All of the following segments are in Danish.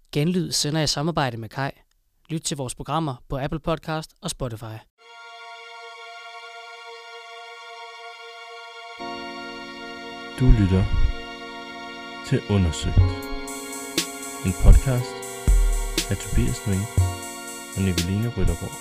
Genlyd sender i samarbejde med Kai. Lyt til vores programmer på Apple Podcast og Spotify. Du lytter til Undersøgt. En podcast af Tobias Nwing og Nicoline Ryttergaard.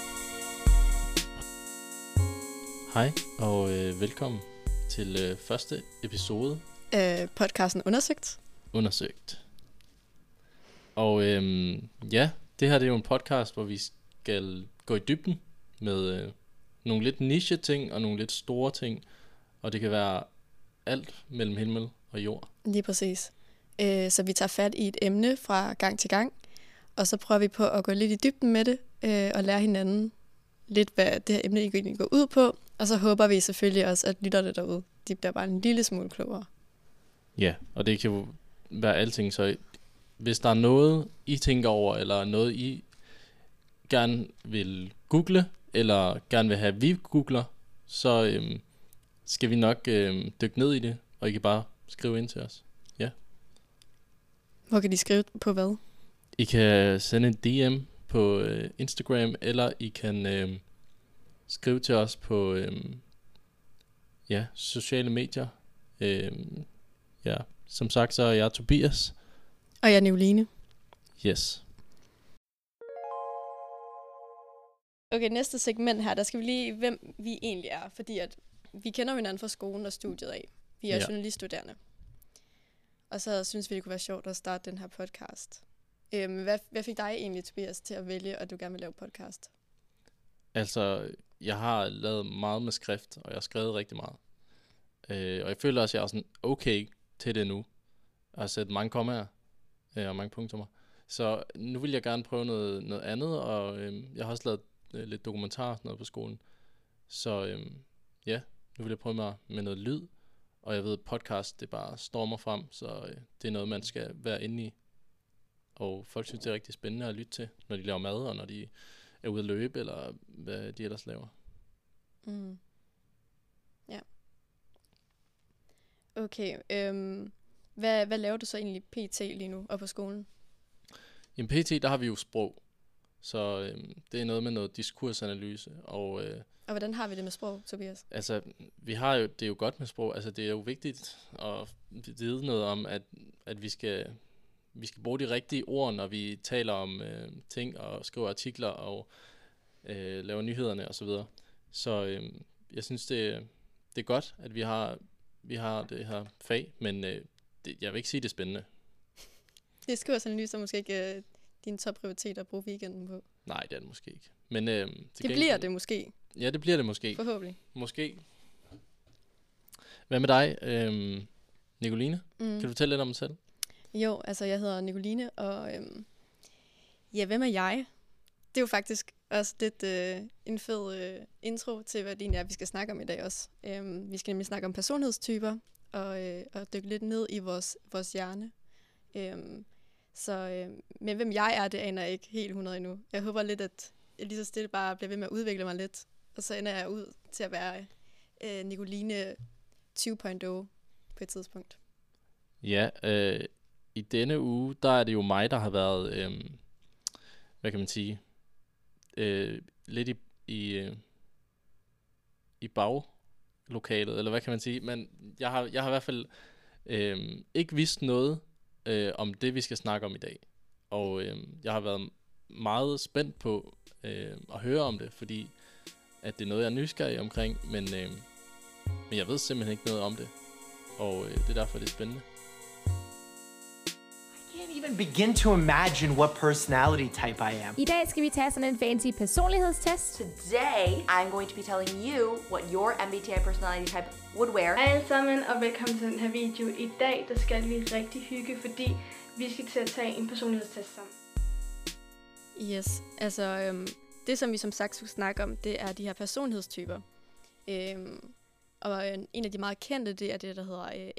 Hej og velkommen til første episode af podcasten Undersøgt. Og ja, det her det er jo en podcast, hvor vi skal gå i dybden med nogle lidt niche ting og nogle lidt store ting. Og det kan være alt mellem himmel og jord. Lige præcis. Så vi tager fat i et emne fra gang til gang, og så prøver vi på at gå lidt i dybden med det, og lære hinanden lidt, hvad det her emne egentlig går ud på. Og så håber vi selvfølgelig også, at lytterne derude, de bliver bare en lille smule klogere. Ja, og det kan jo være alting, så hvis der er noget, I tænker over, eller noget, I gerne vil google, eller gerne vil have, at vi googler, så skal vi nok dykke ned i det, og I kan bare skrive ind til os. Ja. Hvor kan de skrive på hvad? I kan sende en DM på Instagram, eller I kan skrive til os på sociale medier. Ja, som sagt, så er jeg Tobias. Og jeg er Nicoline. Yes. Okay, næste segment her, der skal vi lige, hvem vi egentlig er, fordi at vi kender hinanden fra skolen og studiet af. Vi er journaliststuderende. Og så synes vi, det kunne være sjovt at starte den her podcast. Hvad fik dig egentlig, Tobias, til at vælge, at du gerne vil lave podcast? Altså, jeg har lavet meget med skrift, og jeg har skrevet rigtig meget. Og jeg føler også, at jeg er sådan okay til det nu. Jeg har sat mange kommaer og mange punktummer. Så nu vil jeg gerne prøve noget andet, og jeg har også lavet lidt dokumentar og noget på skolen. Så nu vil jeg prøve med noget lyd. Og jeg ved, at podcast, det bare stormer frem, så det er noget, man skal være inde i. Og folk synes, det er rigtig spændende at lytte til, når de laver mad, og når de er ude at løbe, eller hvad de ellers laver. Mm. Ja. Okay, hvad laver du så egentlig pt. Lige nu og på skolen? I pt. Der har vi jo sprog, så det er noget med noget diskursanalyse. Og hvordan har vi det med sprog, Tobias? Altså, det er jo godt med sprog. Altså, det er jo vigtigt at vide noget om, at vi skal bruge de rigtige ord, når vi taler om ting og skriver artikler og laver nyhederne og så videre. Så jeg synes, det er godt, at vi har det her fag, men jeg vil ikke sige, det er spændende. Det diskursanalyse er måske ikke din topprioritet at bruge weekenden på. Nej, det er det måske ikke. Men det bliver det måske. Ja, det bliver det måske. Forhåbentlig. Måske. Hvad med dig, Nicoline? Kan du fortælle lidt om dig selv? Jo, altså jeg hedder Nicoline, og hvem er jeg? Det er jo faktisk også lidt en fed intro til, hvad det egentlig er, vi skal snakke om i dag også. Vi skal nemlig snakke om personlighedstyper, og dykke lidt ned i vores hjerne. Men hvem jeg er, det aner jeg ikke helt 100 endnu. Jeg håber lidt, at jeg lige så stille bare bliver ved med at udvikle mig lidt, og så ender jeg ud til at være Nicoline 2.0 på et tidspunkt. Ja, i denne uge, der er det jo mig, der har været, hvad kan man sige, lidt i baglokalet, eller hvad kan man sige, men jeg har i hvert fald ikke vidst noget om det, vi skal snakke om i dag. Og jeg har været meget spændt på at høre om det, fordi at det er noget, jeg er nysgerrig omkring, men jeg ved simpelthen ikke noget om det. Og det er derfor, det er spændende. I can't even begin to imagine what personality type I am. I dag skal vi tage sådan en fancy personlighedstest. Today, I'm going to be telling you what your MBTI personality type would wear. Hej alle sammen, og velkommen til den her video. I dag, der skal vi rigtig hygge, fordi vi skal til at tage en personlighedstest sammen. Yes, altså det som vi som sagt skulle snakke om, det er de her personlighedstyper. Og en af de meget kendte, det er det, der hedder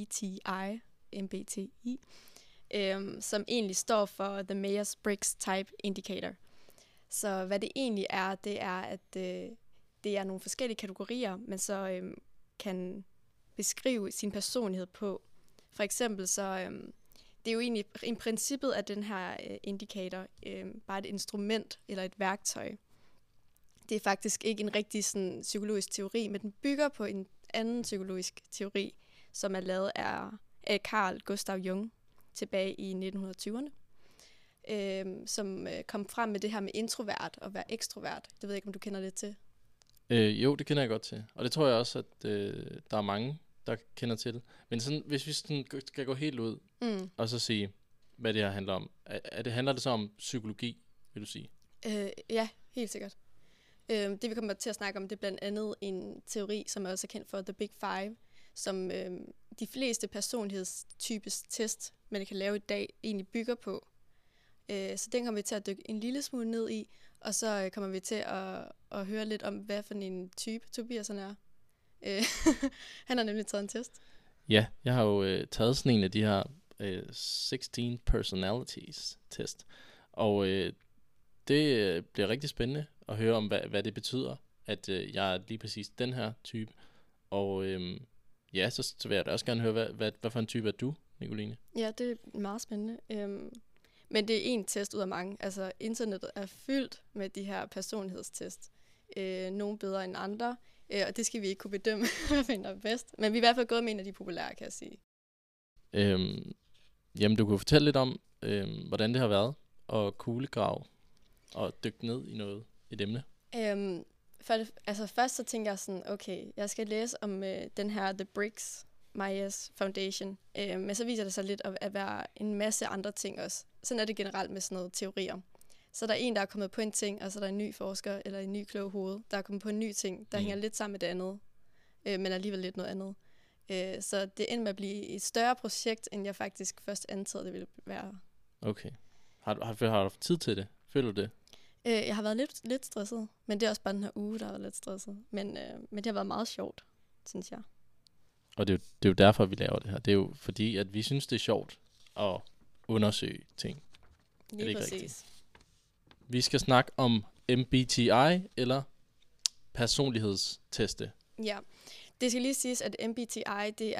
MBTI, som egentlig står for The Myers-Briggs Type Indicator. Så hvad det egentlig er, det er, at det er nogle forskellige kategorier, man så kan beskrive sin personlighed på. For eksempel så det er jo egentlig i princippet af den her indikator bare et instrument eller et værktøj. Det er faktisk ikke en rigtig sådan, psykologisk teori, men den bygger på en anden psykologisk teori, som er lavet af Carl Gustav Jung tilbage i 1920'erne, som kom frem med det her med introvert og være ekstrovert. Det ved jeg ikke, om du kender lidt til. Jo, det kender jeg godt til. Og det tror jeg også, at der er mange, der kender til det. Men sådan, hvis vi sådan skal gå helt ud, og så sige, hvad det her handler om. Handler det så om psykologi, vil du sige? Ja, helt sikkert. Det vi kommer til at snakke om, det er blandt andet en teori, som er også kendt for The Big Five, som de fleste personlighedstypes test, man kan lave i dag, egentlig bygger på. Så den kommer vi til at dykke en lille smule ned i, og så kommer vi til at høre lidt om, hvad for en type Tobias er. Han har nemlig taget en test. Ja, jeg har jo taget sådan en af de her 16 personalities test, og det bliver rigtig spændende at høre om, hvad det betyder, at jeg er lige præcis den her type. Og ja, så vil jeg da også gerne høre, hvad for en type er du, Nicoline? Ja, det er meget spændende. Men det er en test ud af mange. Altså, internettet er fyldt med de her personlighedstest. Nogle bedre end andre, og det skal vi ikke kunne bedømme, hvad der er bedst. Men vi er i hvert fald gået med en af de populære, kan jeg sige. Jamen, du kunne fortælle lidt om, hvordan det har været at kuglegrave og dykke ned i et emne. Først så tænker jeg sådan, okay, jeg skal læse om den her The Briggs Myers Foundation, men så viser det sig lidt at være en masse andre ting også. Sådan er det generelt med sådan noget teorier. Så der er en, der er kommet på en ting, og så er der en ny forsker, eller en ny klog hoved, der er kommet på en ny ting, der hænger lidt sammen med det andet, men alligevel lidt noget andet. Så det ender med at blive et større projekt, end jeg faktisk først antog, det ville være. Okay. Har du haft tid til det? Føler du det? Jeg har været lidt stresset, men det er også bare den her uge, der har været lidt stresset. Men det har været meget sjovt, synes jeg. Og det er jo derfor, vi laver det her. Det er jo fordi, at vi synes, det er sjovt at undersøge ting. Lige præcis. Rigtigt? Vi skal snakke om MBTI, eller personlighedsteste. Ja, det skal lige siges, at MBTI, det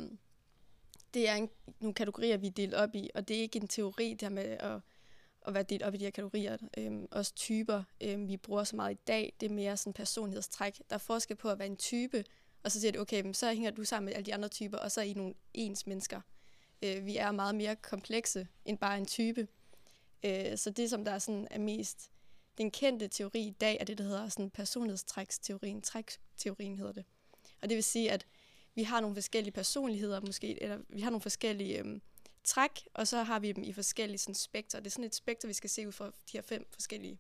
er nogle kategorier, vi er delt op i, og det er ikke en teori, det her med at være delt op i de her kategorier. Også typer, vi bruger så meget i dag, det er mere sådan personlighedstræk. Der er forskel på at være en type, og så siger det, okay, så hænger du sammen med alle de andre typer, og så er I nogle ens mennesker. Vi er meget mere komplekse end bare en type. Så det, som der er sådan er mest den kendte teori i dag, er det, der hedder sådan personlighedstræksteorien. Trækteorien hedder det. Og det vil sige, at vi har nogle forskellige personligheder måske, eller vi har nogle forskellige træk, og så har vi dem i forskellige sådan, spektre. Det er sådan et spektre, vi skal se ud fra de her 5 forskellige,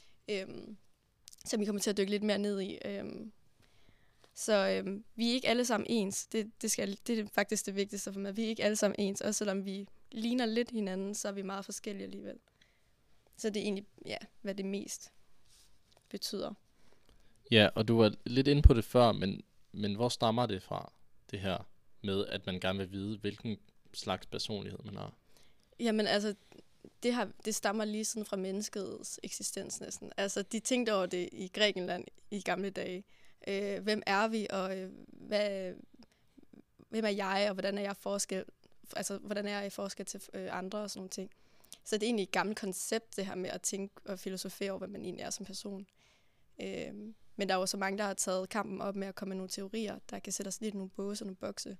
som vi kommer til at dykke lidt mere ned i. Så vi er ikke alle sammen ens. Det er faktisk det vigtigste for mig. Vi er ikke alle sammen ens, også selvom vi ligner lidt hinanden, så er vi meget forskellige alligevel. Så det er egentlig, hvad det mest betyder. Ja, og du var lidt inde på det før, men hvor stammer det fra, det her med, at man gerne vil vide, hvilken slags personlighed man har? Jamen altså, det stammer lige siden fra menneskets eksistens næsten. Altså, de tænkte over det i Grækenland i gamle dage. Hvem er vi, og hvem er jeg, og hvordan er jeg i forskel til andre og sådan nogle ting. Så det er egentlig et gammelt koncept, det her med at tænke og filosofere over, hvad man egentlig er som person. Men der er jo så mange, der har taget kampen op med at komme med nogle teorier, der kan sætte os lidt i nogle båse og nogle bokse.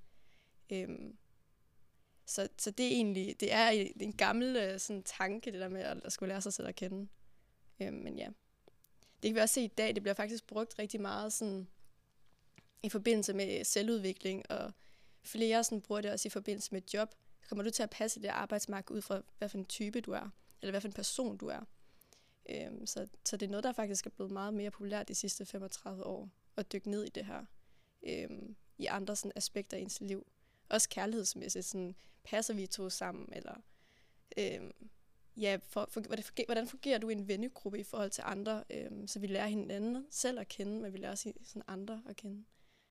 Så det er egentlig, det er en gammel sådan tanke, det der med at skulle lære sig selv at kende. Men ja, det kan vi også se i dag, det bliver faktisk brugt rigtig meget sådan, i forbindelse med selvudvikling, og flere sådan, bruger det også i forbindelse med job. Kommer du til at passe det arbejdsmarked ud fra, hvad for en type du er, eller hvad for en person du er. Så det er noget, der faktisk er blevet meget mere populært de sidste 35 år, at dykke ned i det her, i andre sådan, aspekter af ens liv. Også kærlighedsmæssigt, sådan, passer vi to sammen, eller hvordan fungerer du i en vennegruppe i forhold til andre, så vi lærer hinanden selv at kende, men vi lærer også sådan andre at kende.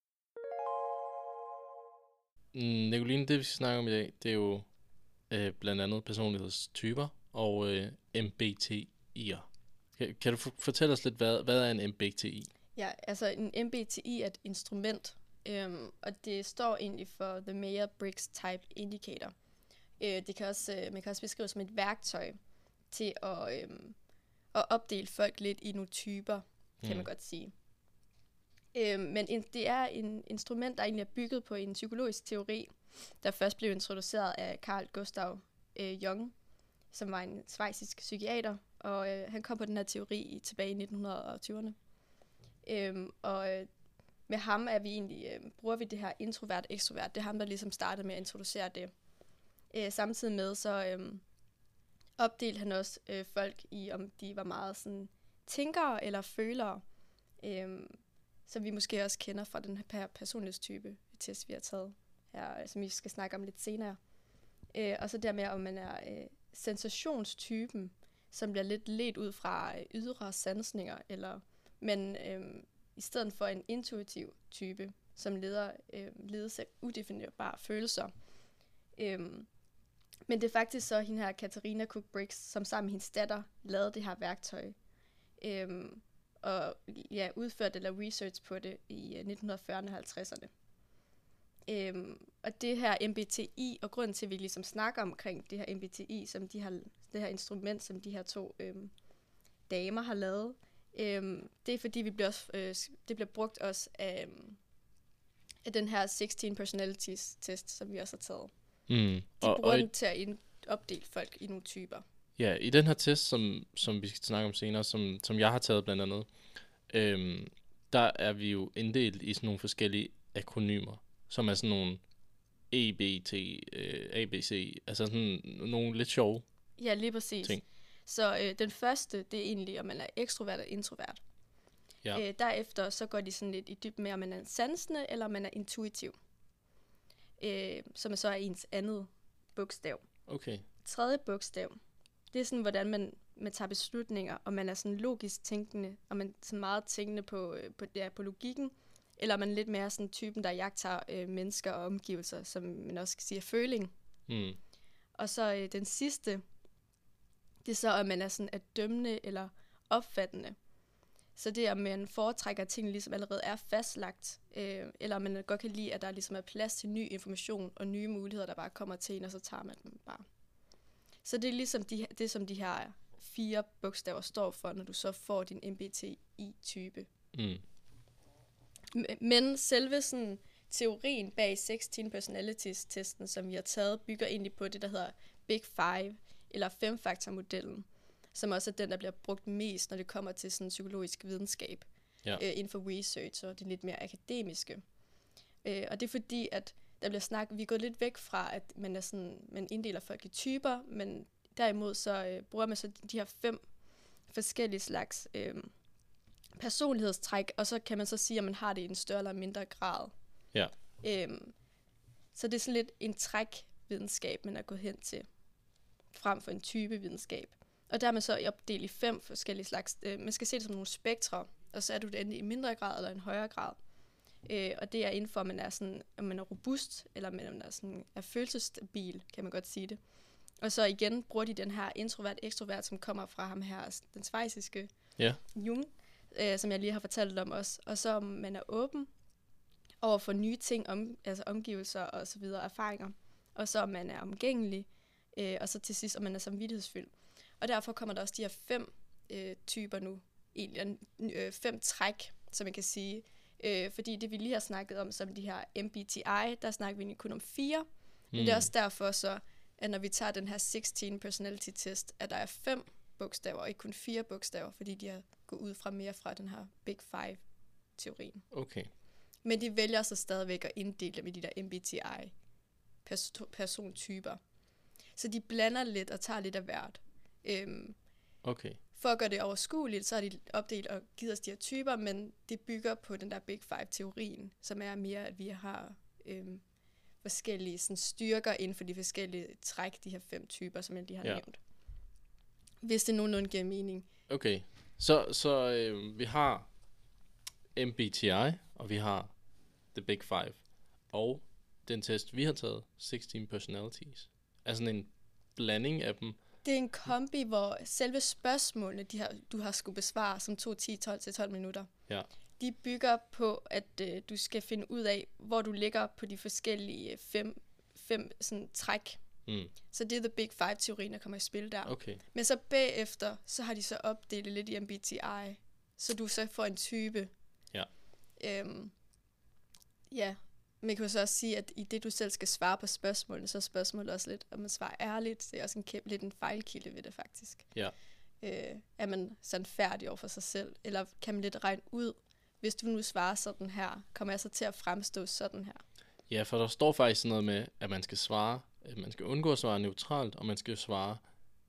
Nicoline, det vi skal snakke om i dag, det er jo blandt andet personlighedstyper og MBTI'er. Kan du fortælle os lidt, hvad er en MBTI? Ja, altså en MBTI er et instrument, og det står egentlig for The Myers-Briggs Type Indicator. Det kan også, man kan også beskrive som et værktøj til at opdele folk lidt i nogle typer, kan man godt sige. Men det er en instrument, der egentlig er bygget på en psykologisk teori, der først blev introduceret af Carl Gustav Jung, som var en schweizisk psykiater, og han kom på den her teori tilbage i 1920'erne. Med ham er vi egentlig, bruger vi det her introvert-ekstrovert. Det er ham, der ligesom startede med at introducere det. Samtidig med, så opdelte han også folk i, om de var meget sådan tænkere eller følere, som vi måske også kender fra den her personlighedstype test, vi har taget her, som vi skal snakke om lidt senere. Og så dermed, om man er sensationstypen, som bliver lidt ledt ud fra ydre sansninger, men i stedet for en intuitiv type, som ledes af udefinerbare følelser. Men det er faktisk så hende her, Katarina Cook-Briggs, som sammen med hendes datter lavede det her værktøj. Og udførte eller research på det i 1940'erne og 50'erne. Og det her MBTI, og grunden til, at vi ligesom snakker omkring det her MBTI, som det her instrument, som de her to damer har lavet, det er fordi, det bliver brugt også af den her 16 personalities test, som vi også har taget. De bruger den til at opdele folk i nogle typer. Ja, i den her test, som vi skal snakke om senere, som jeg har taget blandt andet, der er vi jo inddelt i sådan nogle forskellige akronymer, som er sådan nogle EBT, ABC, altså sådan nogle lidt sjove. Ja, lige præcis. Ting. Så den første, det er egentlig, om man er ekstrovert eller introvert. Ja. Derefter så går de sådan lidt i dybden med, om man er sansende eller om man er intuitiv. Som så er ens andet bogstav. Okay. Tredje bogstav, det er sådan, hvordan man tager beslutninger, og man er sådan logisk tænkende, og man er sådan meget tænkende på logikken, eller er man lidt mere sådan typen, der jagter mennesker og omgivelser, som man også kan sige er føling. Og så den sidste, det er så, at man er sådan dømmende eller opfattende. Så det er, om man foretrækker, at tingene ligesom allerede er fastlagt, eller om man godt kan lide, at der ligesom er plads til ny information og nye muligheder, der bare kommer til en, og så tager man dem bare. Så det er ligesom det, som de her 4 bogstaver står for, når du så får din MBTI-type. Men selve sådan teorien bag 16 personalities-testen, som vi har taget, bygger egentlig på det, der hedder Big Five, eller 5-faktor-modellen, som også er den, der bliver brugt mest, når det kommer til sådan psykologisk videnskab, inden for research og det lidt mere akademiske. Og det er fordi, at der bliver vi er gået lidt væk fra, at man inddeler folk i typer, men derimod så bruger man så de her 5 forskellige slags personlighedstræk, og så kan man så sige, at man har det i en større eller mindre grad. Ja. Så det er sådan lidt en trækvidenskab, man er gået hen til, frem for en typevidenskab. Og der er man så opdelt i 5 forskellige slags, man skal se det som nogle spektre, og så er du det enten i mindre grad eller en højere grad. Og det er inden for, om man er robust, eller om man er følelsesstabil, kan man godt sige det. Og så igen bruger de den her introvert-ekstrovert, som kommer fra ham her, den schweiziske Jung, som jeg lige har fortalt om også. Og så om man er åben over for nye ting, altså omgivelser og så videre, erfaringer. Og så om man er omgængelig, og så til sidst, om man er samvittighedsfyldt. Og derfor kommer der også de her 5 typer nu, 5 træk, som man kan sige. Fordi det vi lige har snakket om, som de her MBTI, der snakker vi egentlig kun om 4. Men det er også derfor så, at når vi tager den her 16 personality test, at der er 5 bogstaver, og ikke kun 4 bogstaver, fordi de har gået ud fra mere fra den her Big Five-teorien. Okay. Men de vælger så stadigvæk at inddele dem i de der MBTI-persontyper. Så de blander lidt og tager lidt af hvert. Okay. For at gøre det overskueligt, så har de opdelt og givet os de her typer, men det bygger på den der Big Five-teorien, som er mere, at vi har forskellige sådan, styrker inden for de forskellige træk, de her 5 typer, som jeg lige har nævnt. Hvis det nogenlunde giver mening. Okay, så vi har MBTI, og vi har The Big Five, og den test, vi har taget, 16 Personalities, er sådan en blanding af dem. Det er en kombi, hvor selve spørgsmålene, du har skulle besvare, som tog 10-12 minutter, de bygger på, at du skal finde ud af, hvor du ligger på de forskellige 5 sådan, træk Så det er The Big Five-teorien, der kommer i spil der. Okay. Men så bagefter, så har de så opdelt lidt i MBTI, så du så får en type. Ja. Ja, men jeg kan jo så også sige, at i det, du selv skal svare på spørgsmålene, så er spørgsmålet også lidt, om man svarer ærligt. Det er også lidt en fejlkilde ved det, faktisk. Ja. Er man sådan færdig over for sig selv? Eller kan man lidt regne ud, hvis du nu svarer sådan her, kommer jeg så til at fremstå sådan her? Ja, for der står faktisk sådan noget med, at man skal svare, at man skal undgå at svare neutralt, og man skal svare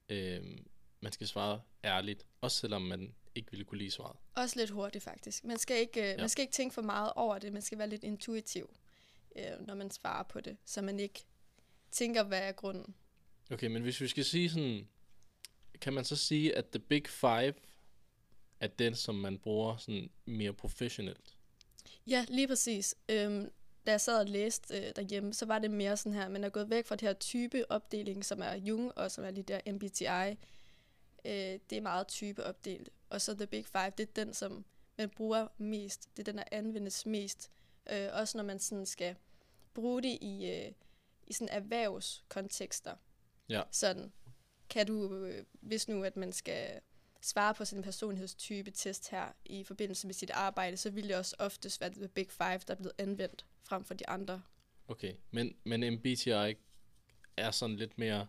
ærligt, også selvom man ikke ville kunne lide svaret. Også lidt hurtigt, faktisk. Man skal ikke tænke for meget over det, man skal være lidt intuitiv, når man svarer på det, så man ikke tænker, hvad er grunden. Okay, men hvis vi skal sige sådan, kan man så sige, at The Big Five er den, som man bruger sådan mere professionelt? Ja, lige præcis. Da jeg sad og læste derhjemme, så var det mere sådan her, man er gået væk fra det her typeopdeling, som er Jung, og som er lige der MBTI. Det er meget typeopdelt. Og så The Big Five, det er den, som man bruger mest. Det er den, der anvendes mest. Også når man sådan skal bruge det i sådan erhvervskontekster. Ja. Sådan kan du, hvis nu at man skal svare på sin personlighedstype-test her i forbindelse med sit arbejde, så vil det også oftest være The Big Five, der er blevet anvendt frem for de andre. Okay, men MBTI er sådan lidt mere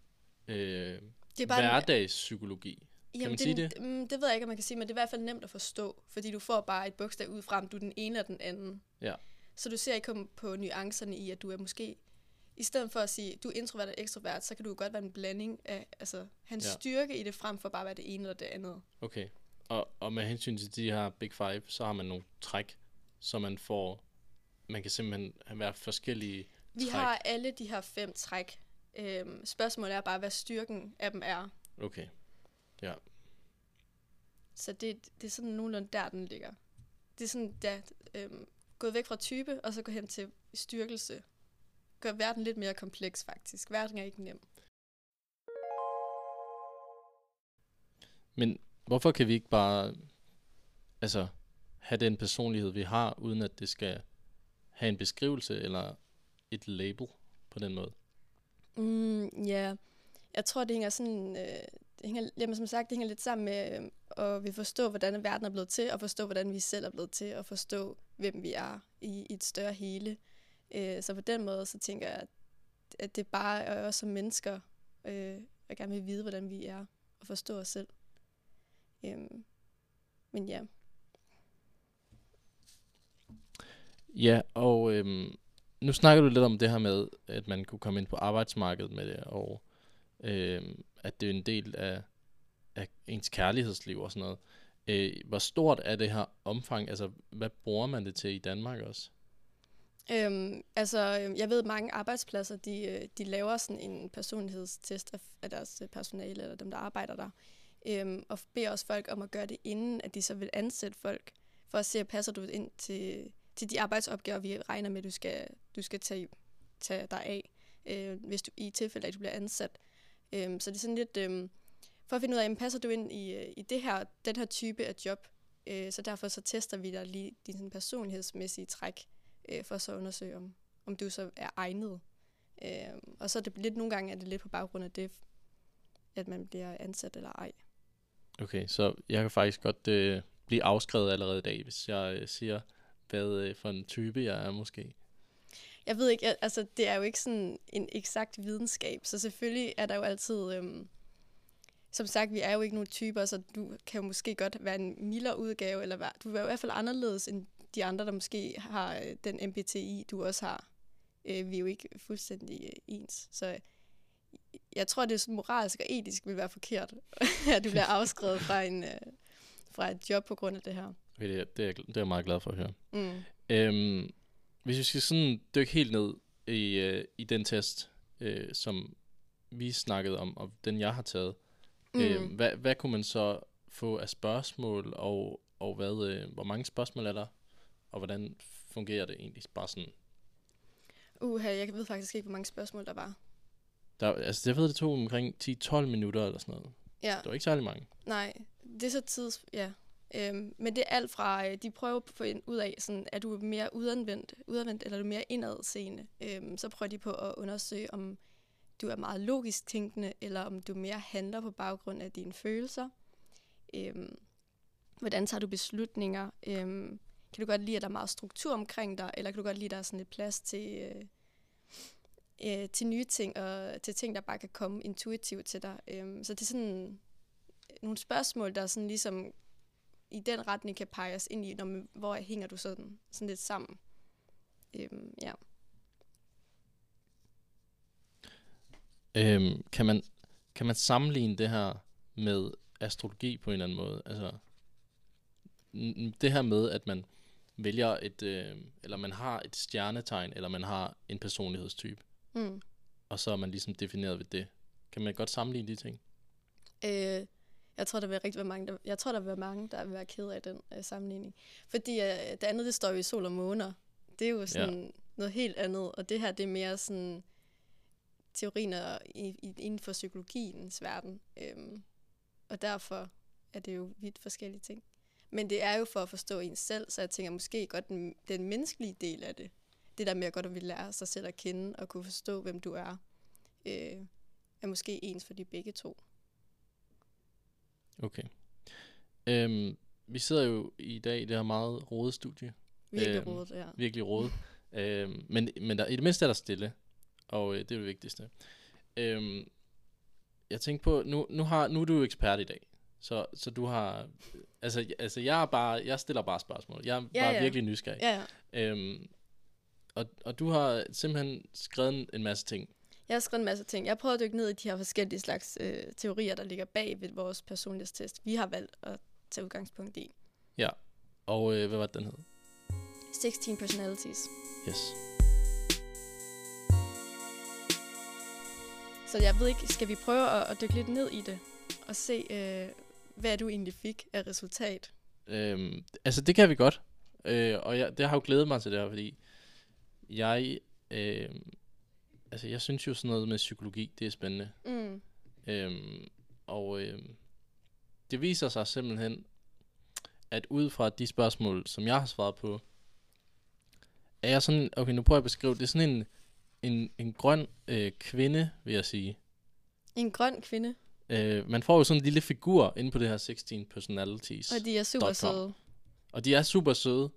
hverdagspsykologi. Kan man sige det? Det ved jeg ikke, om man kan sige, men det er i hvert fald nemt at forstå, fordi du får bare et bogstav ud frem, du er den ene eller den anden. Ja. Så du ser ikke på nuancerne i, at du er måske, i stedet for at sige, du er introvert eller ekstrovert, så kan du godt være en blanding af, altså hans styrke i det, frem for bare at være det ene eller det andet. Okay, og med hensyn til de her Big Five, så har man nogle træk, så man kan simpelthen være forskellige træk. Vi har alle de her 5 træk. Spørgsmålet er bare, hvad styrken af dem er. Okay, ja. Så det er sådan nogenlunde der, den ligger. Det er sådan, gået væk fra type, og så gå hen til styrkelse. Gør verden lidt mere kompleks, faktisk. Verden er ikke nem. Men hvorfor kan vi ikke bare have den personlighed, vi har, uden at det skal have en beskrivelse eller et label på den måde? Ja, jeg tror, det hænger sådan... som sagt, det hænger lidt sammen med at vi forstå, hvordan verden er blevet til, og forstå, hvordan vi selv er blevet til, og forstå, hvem vi er i et større hele. Så på den måde, så tænker jeg, at det bare er os som mennesker, og gerne vil vide, hvordan vi er, og forstå os selv. Men ja. Ja, og nu snakker du lidt om det her med, at man kunne komme ind på arbejdsmarkedet med det, og at det er en del af ens kærlighedsliv og sådan noget. Hvor stort er det her omfang? Altså, hvad bruger man det til i Danmark også? Jeg ved, at mange arbejdspladser, de laver sådan en personlighedstest af deres personale, eller dem, der arbejder der, og beder også folk om at gøre det, inden at de så vil ansætte folk, for at se, passer du ind til de arbejdsopgaver, vi regner med, du skal tage dig af, hvis du i tilfælde, at du bliver ansat. Så det er sådan lidt, for at finde ud af, passer du ind i den her type af job, så derfor så tester vi dig lige din personlighedsmæssige træk, for så at undersøge, om du så er egnet. Og så er det lidt, nogle gange er det lidt på baggrund af det, at man bliver ansat eller ej. Okay, så jeg kan faktisk godt blive afskrevet allerede i dag, hvis jeg siger, hvad for en type jeg er måske. Jeg ved ikke, det er jo ikke sådan en eksakt videnskab, så selvfølgelig er der jo altid... som sagt, vi er jo ikke nogen typer, så du kan jo måske godt være en mildere udgave, eller du er jo i hvert fald anderledes end de andre, der måske har den MBTI, du også har. Vi er jo ikke fuldstændig ens, så jeg tror, det er moralsk og etisk vil være forkert, at du bliver afskrevet fra et job på grund af det her. Okay, det er jeg meget glad for at høre. Hvis vi skal sådan dykke helt ned i den test, som vi snakkede om, og den jeg har taget, hvad kunne man så få af spørgsmål, og hvor mange spørgsmål er der, og hvordan fungerer det egentlig bare sådan? Jeg ved faktisk ikke, hvor mange spørgsmål der var. Jeg ved, det tog omkring 10-12 minutter eller sådan noget. Ja. Det var ikke særlig mange. Nej, det er så men det er alt fra, de prøver at få ud af, sådan, er du mere udadvendt, eller er du mere indadseende. Så prøver de på at undersøge, om du er meget logisk tænkende, eller om du mere handler på baggrund af dine følelser. Hvordan tager du beslutninger? Kan du godt lide, at der er meget struktur omkring dig, eller kan du godt lide, at der er sådan lidt plads til nye ting, og til ting, der bare kan komme intuitivt til dig. Så det er sådan nogle spørgsmål, der sådan ligesom i den retning kan peges ind i, hvor hænger du sådan lidt sammen. Ja. Kan man sammenligne det her med astrologi på en eller anden måde? Altså, det her med, at man vælger eller man har et stjernetegn, eller man har en personlighedstype, og så er man ligesom defineret ved det. Kan man godt sammenligne de ting? Jeg tror, der vil være mange, der vil være ked af den sammenligning. Fordi det andet, det står jo i sol og måner. Det er jo sådan noget helt andet, og det her, det er mere sådan teorier inden for psykologiens verden. Og derfor er det jo vidt forskellige ting. Men det er jo for at forstå ens selv, så jeg tænker måske godt den menneskelige del af det. Det der med at godt at ville lære sig selv at kende og kunne forstå, hvem du er måske ens for de begge to. Okay. Vi sidder jo i dag i det her meget rodet studie. Virkelig rodet, ja. Virkelig rodet. Men der, i det mindste er der stille, og det er det vigtigste. Jeg tænker på, nu er du jo ekspert i dag, så du har, altså jeg stiller bare spørgsmål. Jeg er bare virkelig nysgerrig. Ja. Og du har simpelthen skrevet en masse ting. Jeg har skrevet en masse ting. Jeg har prøvet at dykke ned i de her forskellige slags teorier, der ligger bag ved vores personlighedstest. Vi har valgt at tage udgangspunkt i. Ja, og hvad var det, den hed? 16 Personalities. Yes. Så jeg ved ikke, skal vi prøve at dykke lidt ned i det, og se, hvad du egentlig fik af resultat? Altså, det kan vi godt. Og det har jo glædet mig til det her, fordi jeg synes jo sådan noget med psykologi, det er spændende. Det viser sig simpelthen, at ud fra de spørgsmål, som jeg har svaret på, er jeg sådan, okay, nu prøver jeg at beskrive, det er sådan en grøn kvinde, vil jeg sige. En grøn kvinde? Man får jo sådan en lille figur inde på det her 16 Personalities. Og de er super søde. Og de er super søde.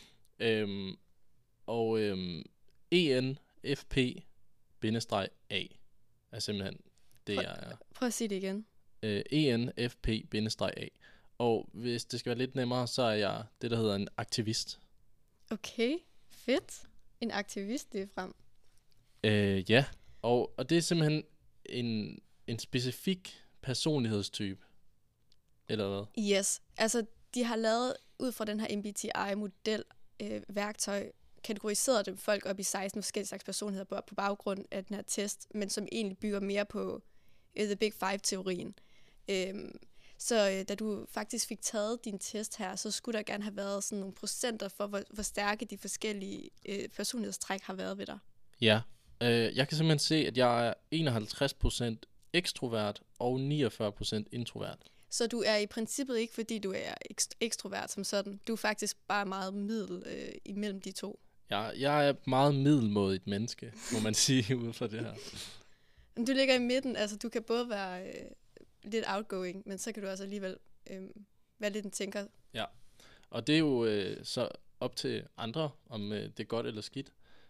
ENFP-A er simpelthen det, jeg er. Prøv at sige det igen. ENFP-A. Og hvis det skal være lidt nemmere, så er jeg det, der hedder en aktivist. Okay, fedt. En aktivist, det er frem. Ja, og det er simpelthen en specifik personlighedstype. Eller hvad? Yes, altså de har lavet ud fra den her MBTI-model værktøj, kategoriseret dem folk op i 16 forskellige slags personligheder på baggrund af den her test, men som egentlig bygger mere på The Big Five-teorien. Så da du faktisk fik taget din test her, så skulle der gerne have været sådan nogle procenter for, hvor stærke de forskellige personlighedstræk har været ved dig. Ja, jeg kan simpelthen se, at jeg er 51% ekstrovert og 49% introvert. Så du er i princippet ikke, fordi du er ekstrovert som sådan. Du er faktisk bare meget middel imellem de to. Ja, jeg er meget middelmådigt menneske, må man sige, ud fra det her. Men du ligger i midten, altså du kan både være lidt outgoing, men så kan du også alligevel være lidt en tænker. Ja, og det er jo så op til andre, om det er godt eller skidt.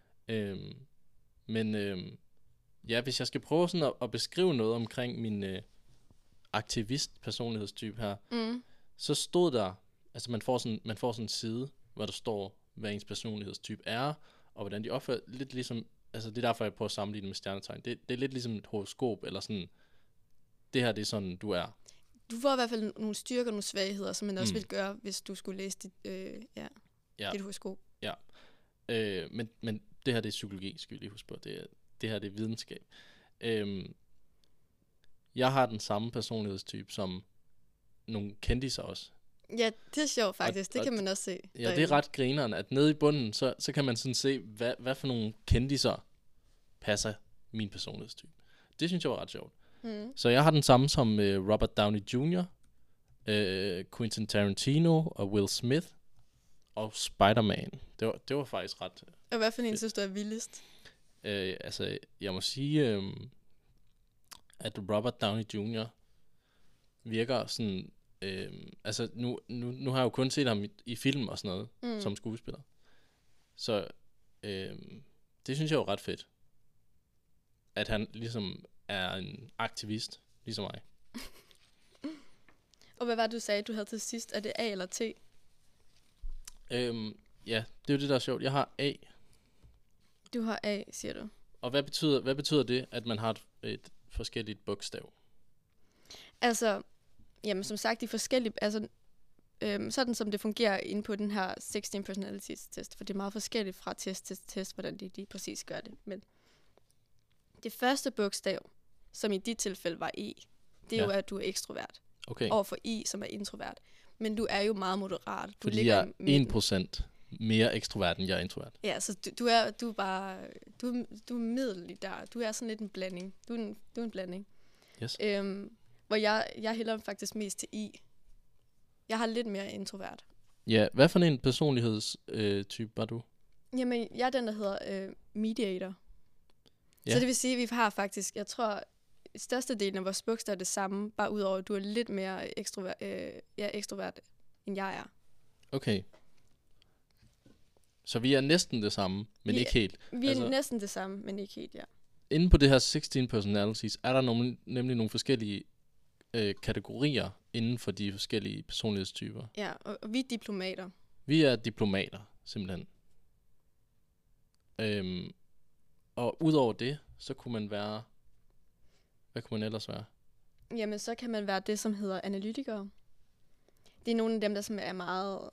Hvis jeg skal prøve sådan at beskrive noget omkring min aktivist-personlighedstype her, så stod der, altså man får sådan en side, hvor der står, hvad ens personlighedstype er, og hvordan de opfører, lidt ligesom, altså det er derfor, jeg prøver at sammenligne med stjernetegn. Det er lidt ligesom et horoskop, eller sådan, det her, det er sådan, du er. Du får i hvert fald nogle styrker og nogle svagheder, som man også ville gøre, hvis du skulle læse dit horoskop. Ja, men det her, det er psykologi, skal vi lige huske på. Det her, det er videnskab. Jeg har den samme personlighedstype som nogle kendiser også. Ja, det er sjovt faktisk. Det kan man også se. Ja, det er ret grineren, at nede i bunden, så kan man sådan se, hvad for nogle kendiser passer min personlighedstype. Det synes jeg var ret sjovt. Så jeg har den samme som Robert Downey Jr., Quentin Tarantino og Will Smith og Spider-Man. Det var faktisk ret. Og hvad for en synes du er vildest? Jeg må sige at Robert Downey Jr. virker sådan... altså, nu har jeg jo kun set ham i film og sådan noget, som skuespiller. Så det synes jeg er jo ret fedt. At han ligesom er en aktivist, ligesom mig. Og hvad var det, du sagde, du havde til sidst? Er det A eller T? Ja, det er jo det, der er sjovt. Jeg har A. Du har A, siger du. Og hvad betyder det, at man har et forskelligt bogstav? Altså, jamen som sagt, de forskellige... Altså, sådan som det fungerer inde på den her 16 personalities test, for det er meget forskelligt fra test til test, hvordan de præcis gør det. Men det første bogstav, som i dit tilfælde var E, det er jo, at du er ekstrovert. Okay. Overfor I, som er introvert. Men du er jo meget moderat. Du Fordi jeg er 1% mere ekstrovert, end jeg er introvert. Ja, så du er bare... Du er middelig der. Du er sådan lidt en blanding. Du er en blanding. Yes. Hvor jeg hælder faktisk mest til I. Jeg har lidt mere introvert. Ja, hvad for en personlighedstype var du? Jamen, jeg er den, der hedder mediator. Ja. Så det vil sige, at vi har faktisk, jeg tror, størstedelen af vores bogstaver er det samme, bare udover, at du er lidt mere ekstrovert, end jeg er. Okay. Så vi er næsten det samme, men ikke helt. Vi er næsten det samme, men ikke helt, ja. Inde på det her 16 personalities, er der nemlig nogle forskellige kategorier inden for de forskellige personlighedstyper. Ja, og vi er diplomater. Vi er diplomater, simpelthen. Og udover det, så kunne man være... Hvad kunne man ellers være? Jamen, så kan man være det, som hedder analytikere. Det er nogle af dem, der som er meget...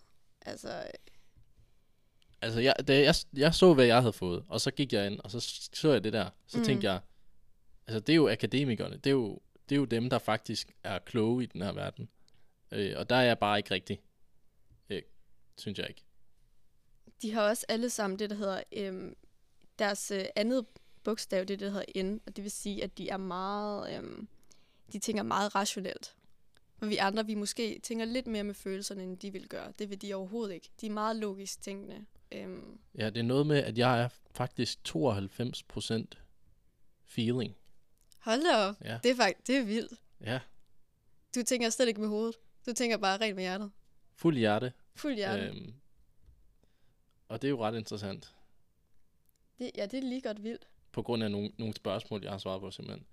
Altså, jeg så, hvad jeg havde fået, og så gik jeg ind, og så jeg det der. Så tænkte jeg, altså, det er jo akademikerne. Det er jo dem, der faktisk er kloge i den her verden. Og der er jeg bare ikke rigtig. Synes jeg ikke. De har også alle sammen det, der hedder... deres andet bogstav, det der hedder N, og det vil sige, at de er meget... de tænker meget rationelt. Og vi andre, vi måske tænker lidt mere med følelserne, end de vil gøre. Det vil de overhovedet ikke. De er meget logisk tænkende. Ja, det er noget med, at jeg er faktisk 92% feeling. Hold da op. Ja. Det er vildt. Ja. Du tænker slet ikke med hovedet. Du tænker bare rent med hjertet. Fuld hjerte. Fuld hjerte. Og det er jo ret interessant. Det er lige godt vildt. På grund af nogle spørgsmål, jeg har svaret på simpelthen.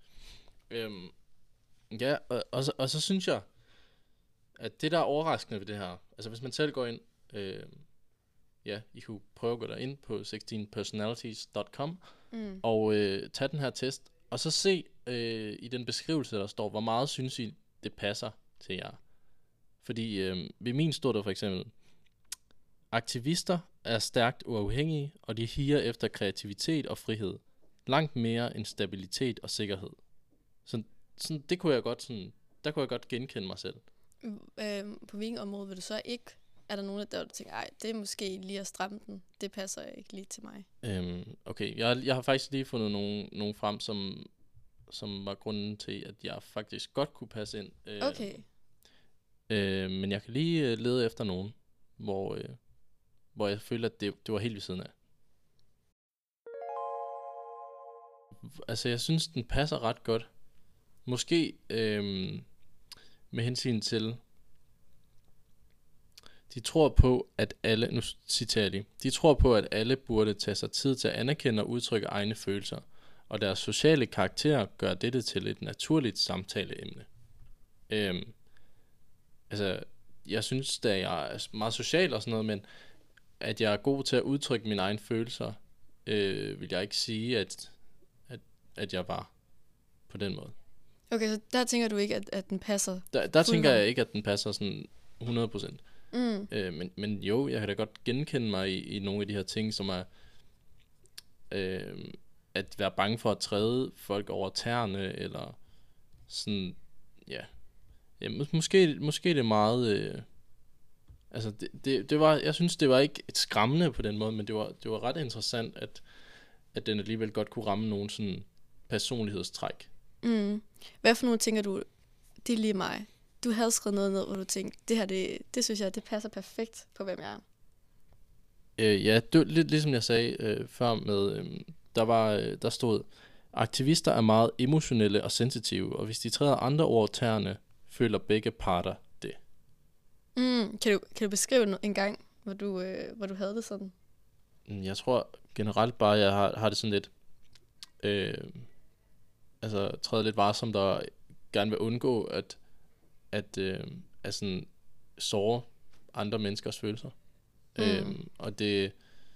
Ja, og så synes jeg, at det der er overraskende ved det her, altså hvis man selv går ind, ja, I kunne prøve at gå derind på 16personalities.com og tage den her test, og så se i den beskrivelse, der står, hvor meget synes I, det passer til jer. Fordi ved min stod der for eksempel, aktivister er stærkt uafhængige, og de higer efter kreativitet og frihed. Langt mere end stabilitet og sikkerhed. Sådan, det kunne jeg godt sådan, der kunne jeg godt genkende mig selv. På hvilken område vil du så ikke? Er der nogen af der, du tænker, ej, det er måske lige at stramme den. Det passer ikke lige til mig. Okay, jeg har faktisk lige fundet nogle frem, som var grunden til, at jeg faktisk godt kunne passe ind. Okay. Men jeg kan lige lede efter nogen, hvor jeg føler, at det var helt ved siden af. Altså, jeg synes, den passer ret godt. Måske med hensyn til, de tror på, at alle, nu citerer jeg lige, de tror på, at alle burde tage sig tid til at anerkende og udtrykke egne følelser, og deres sociale karakter gør dette til et naturligt samtaleemne. Altså, jeg synes, at jeg er meget social og sådan noget, men at jeg er god til at udtrykke mine egne følelser, vil jeg ikke sige, at jeg var på den måde. Okay, så der tænker du ikke, at den passer? Der tænker jeg ikke, at den passer sådan 100%. Men jo, jeg kan da godt genkende mig i nogle af de her ting, som er at være bange for at træde folk over tæerne, eller sådan, ja måske det er meget, altså det var, jeg synes, det var ikke et skræmmende på den måde, men det var ret interessant, at den alligevel godt kunne ramme nogle sådan personlighedstræk. Hvad for nogle tænker du, det er lige mig? Du havde skrevet noget ned, hvor du tænkte, det her, det synes jeg, det passer perfekt på, hvem jeg er. Ja, det var lidt ligesom jeg sagde før med, der stod, Aktivister er meget emotionelle og sensitive, og hvis de træder andre over tæerne, føler begge parter det. Kan du beskrive en gang, hvor du havde det sådan? Jeg tror generelt bare, jeg har det sådan lidt, træder lidt varsomt og gerne vil undgå at sådan såre andre menneskers følelser. Og det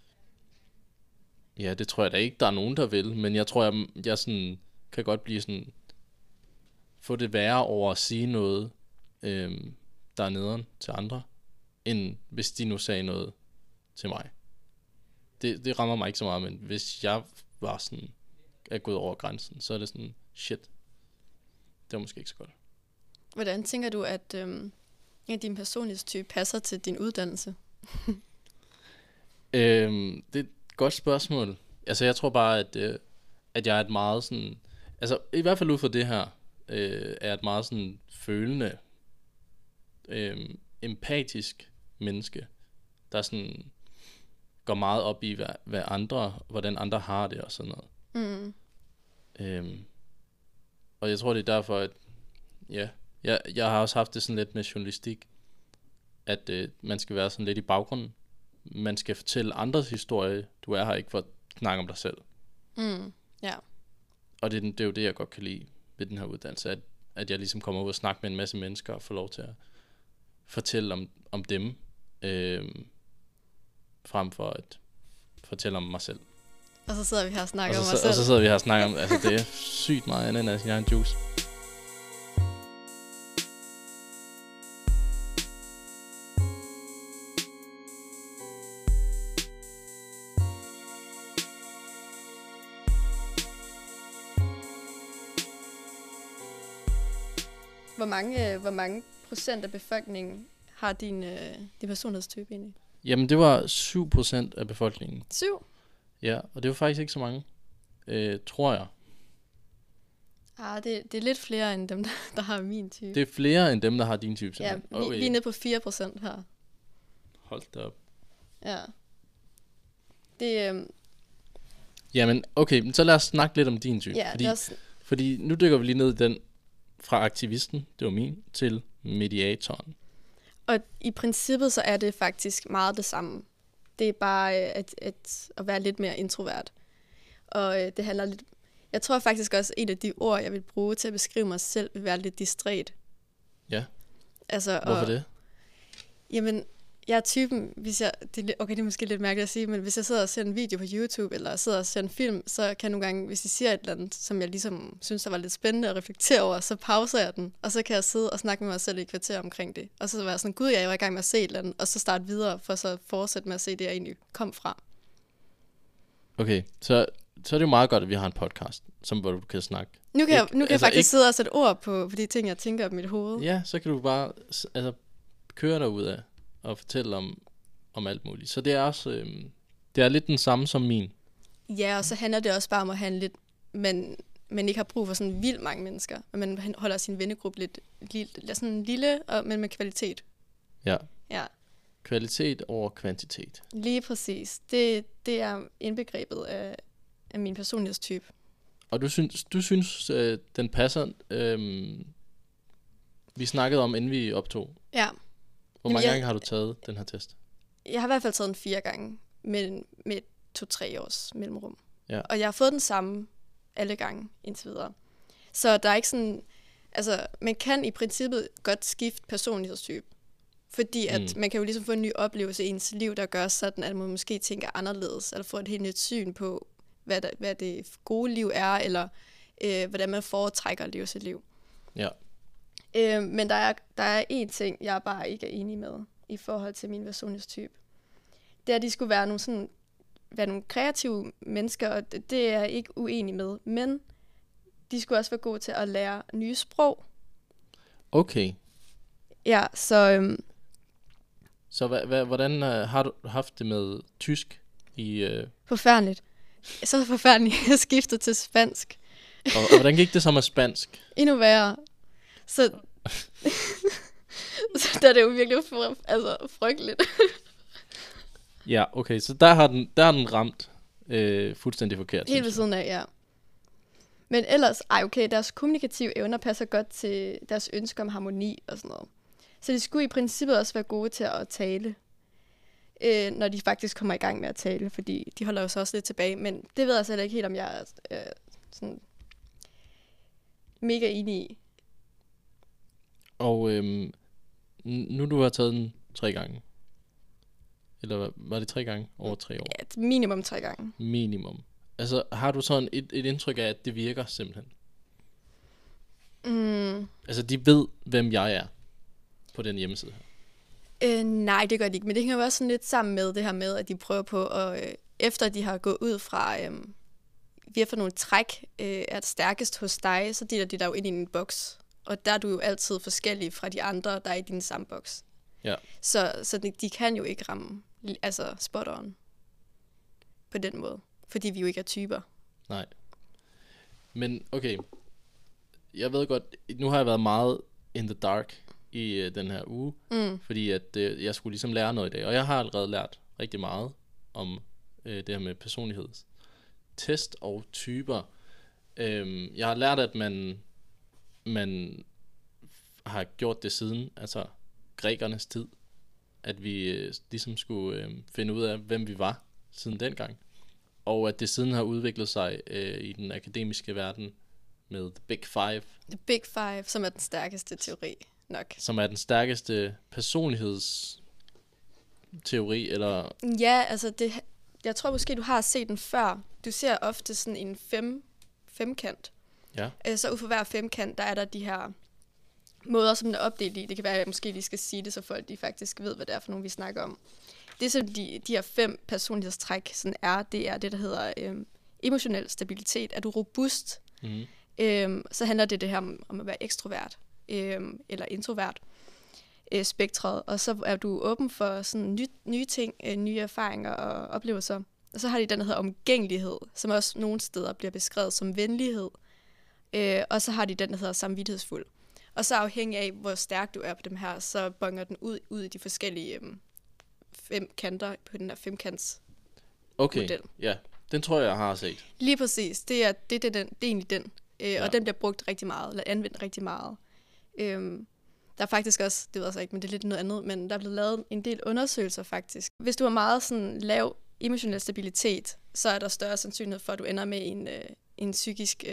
tror jeg da ikke, der er nogen, der vil, men jeg tror, jeg sådan, kan godt blive sådan, få det værre over at sige noget, der er nederen til andre, end hvis de nu sagde noget til mig. Det rammer mig ikke så meget, men hvis jeg var sådan, er gået over grænsen, så er det sådan, shit, det var måske ikke så godt. Hvordan tænker du, at din personlighedstype passer til din uddannelse? Det er et godt spørgsmål. Altså, jeg tror bare, at jeg er et meget sådan, altså i hvert fald ud fra det her, er et meget sådan følende, empatisk menneske, der sådan går meget op i, hvordan andre har det og sådan noget. Og jeg tror, det er derfor, at jeg har også haft det sådan lidt med journalistik, at man skal være sådan lidt i baggrunden. Man skal fortælle andres historie. Du er her ikke for at snakke om dig selv. Ja. Og det er jo det, jeg godt kan lide ved den her uddannelse, at jeg ligesom kommer ud og snakker med en masse mennesker og får lov til at fortælle om dem, frem for at fortælle om mig selv. Og så sidder vi her og snakker om os selv. Og så sidder vi her og snakker om, altså det er sygt meget andet end at jeg er en juice. Hvor mange procent af befolkningen har din personlighedstype egentlig? Jamen, det var 7% af befolkningen. 7? Ja, og det var faktisk ikke så mange, tror jeg. Det er lidt flere end dem, der har min type. Det er flere end dem, der har din type. Ja, vi er nede på 4% her. Hold da op. Ja. Det, Jamen, okay, så lad os snakke lidt om din type. Ja, fordi nu dykker vi lige ned i den fra aktivisten, det var min, til mediatoren. Og i princippet så er det faktisk meget det samme. Det er bare at være lidt mere introvert. Og det handler lidt... Jeg tror faktisk også, en af de ord, jeg vil bruge til at beskrive mig selv, vil være lidt distræt. Ja. Altså, hvorfor det? Jamen, jeg er typen, det er måske lidt mærkeligt at sige, men hvis jeg sidder og ser en video på YouTube, eller sidder og ser en film, så kan jeg nogle gange, hvis de siger et eller andet, som jeg ligesom synes, der var lidt spændende at reflektere over, så pauser jeg den, og så kan jeg sidde og snakke med mig selv i et kvarter omkring det. Og så være sådan, gud, jeg var i gang med at se et eller andet, og så starte videre, for så at fortsætte med at se det, jeg egentlig kom fra. Okay, så er det jo meget godt, at vi har en podcast, hvor du kan snakke. Nu kan jeg faktisk sidde og sætte ord på de ting, jeg tænker om mit hoved. Ja, så kan du bare køre derud af og fortælle om alt muligt. Så det er også det er lidt den samme som min. Ja, og så handler det også bare om at have lidt, men ikke har brug for sådan vildt mange mennesker, og man holder sin vennegruppe lidt sådan lille, men med kvalitet. Ja. Ja. Kvalitet over kvantitet. Lige præcis. Det er indbegrebet af min personlighedstype. Og du synes den passer, vi snakkede om, inden vi optog. Ja. Hvor mange gange har du taget den her test? Jeg har i hvert fald taget den 4 gange, med 2-3 års mellemrum. Ja. Og jeg har fået den samme alle gange indtil videre. Så der er ikke sådan... Altså, man kan i princippet godt skifte personlighedstype. Fordi at man kan jo ligesom få en ny oplevelse i ens liv, der gør sådan, at man måske tænker anderledes, eller får et helt nyt syn på, hvad det gode liv er, eller hvordan man foretrækker at leve sit liv. Ja. Men der er én ting, jeg bare ikke er enig med i forhold til min personlighedstype. Det er, at de skulle være nogle kreative mennesker, og det er jeg ikke uenig med. Men de skulle også være gode til at lære nye sprog. Okay. Ja, så... Så hvordan har du haft det med tysk i... Forfærdeligt. Så forfærdeligt, jeg skiftede til spansk. Og hvordan gik det så med spansk? Endnu værre. Så der er det jo virkelig frygteligt. Ja, okay, så der har den ramt fuldstændig forkert. Helt ved siden af, ja. Men ellers, okay, deres kommunikative evner passer godt til deres ønsker om harmoni og sådan noget. Så de skulle i princippet også være gode til at tale, når de faktisk kommer i gang med at tale, fordi de holder jo så også lidt tilbage. Men det ved jeg selv ikke helt, om jeg er sådan mega enig i. Og nu du har taget den 3 gange. Eller var det 3 gange over 3 år? Ja, minimum 3 gange. Minimum. Altså, har du sådan et indtryk af, at det virker simpelthen? Altså, de ved, hvem jeg er på den hjemmeside her. Nej, det gør de ikke. Men det hænger jo også sådan lidt sammen med det her med, at de prøver på, at efter de har gået ud fra, vi har fået nogle træk, er det stærkest hos dig, så deler de dig jo ind i en boks. Og der er du jo altid forskellig fra de andre, der er i din samme boks. Ja. Så de kan jo ikke ramme spot on på den måde. Fordi vi jo ikke er typer. Nej. Men okay, jeg ved godt, nu har jeg været meget in the dark i den her uge, fordi at jeg skulle ligesom lære noget i dag, og jeg har allerede lært rigtig meget om det her med personlighedstest og typer. Jeg har lært, at man har gjort det siden, altså grækernes tid, at vi ligesom skulle finde ud af, hvem vi var siden dengang. Og at det siden har udviklet sig i den akademiske verden med The Big Five. The Big Five, som er den stærkeste teori nok. Som er den stærkeste personlighedsteori, eller... Ja, altså jeg tror måske, du har set den før. Du ser ofte sådan en femkant. Ja. Så ud for hver femkant, der er der de her måder, som den er opdelt i. Det kan være, at jeg måske lige skal sige det, så folk de faktisk ved, hvad det er for nogle, vi snakker om. Det, som de her 5 personlighedstræk sådan det er det, der hedder emotionel stabilitet. Er du robust, så handler det her om at være ekstrovert eller introvert spektret. Og så er du åben for sådan nye ting, nye erfaringer og oplevelser. Og så har de den, der hedder omgængelighed, som også nogle steder bliver beskrevet som venlighed. Og så har de den, der hedder samvittighedsfuld. Og så afhængig af, hvor stærk du er på dem her, så bonger den ud i de forskellige 5 kanter på den der 5-kants model. Ja, den tror jeg har set. Lige præcis, det er egentlig den. Og den bliver brugt rigtig meget, eller anvendt rigtig meget. Der er faktisk også, det ved jeg så ikke, men det er lidt noget andet, men der er blevet lavet en del undersøgelser faktisk. Hvis du har meget sådan lav emotionel stabilitet, så er der større sandsynlighed for, at du ender med en psykisk,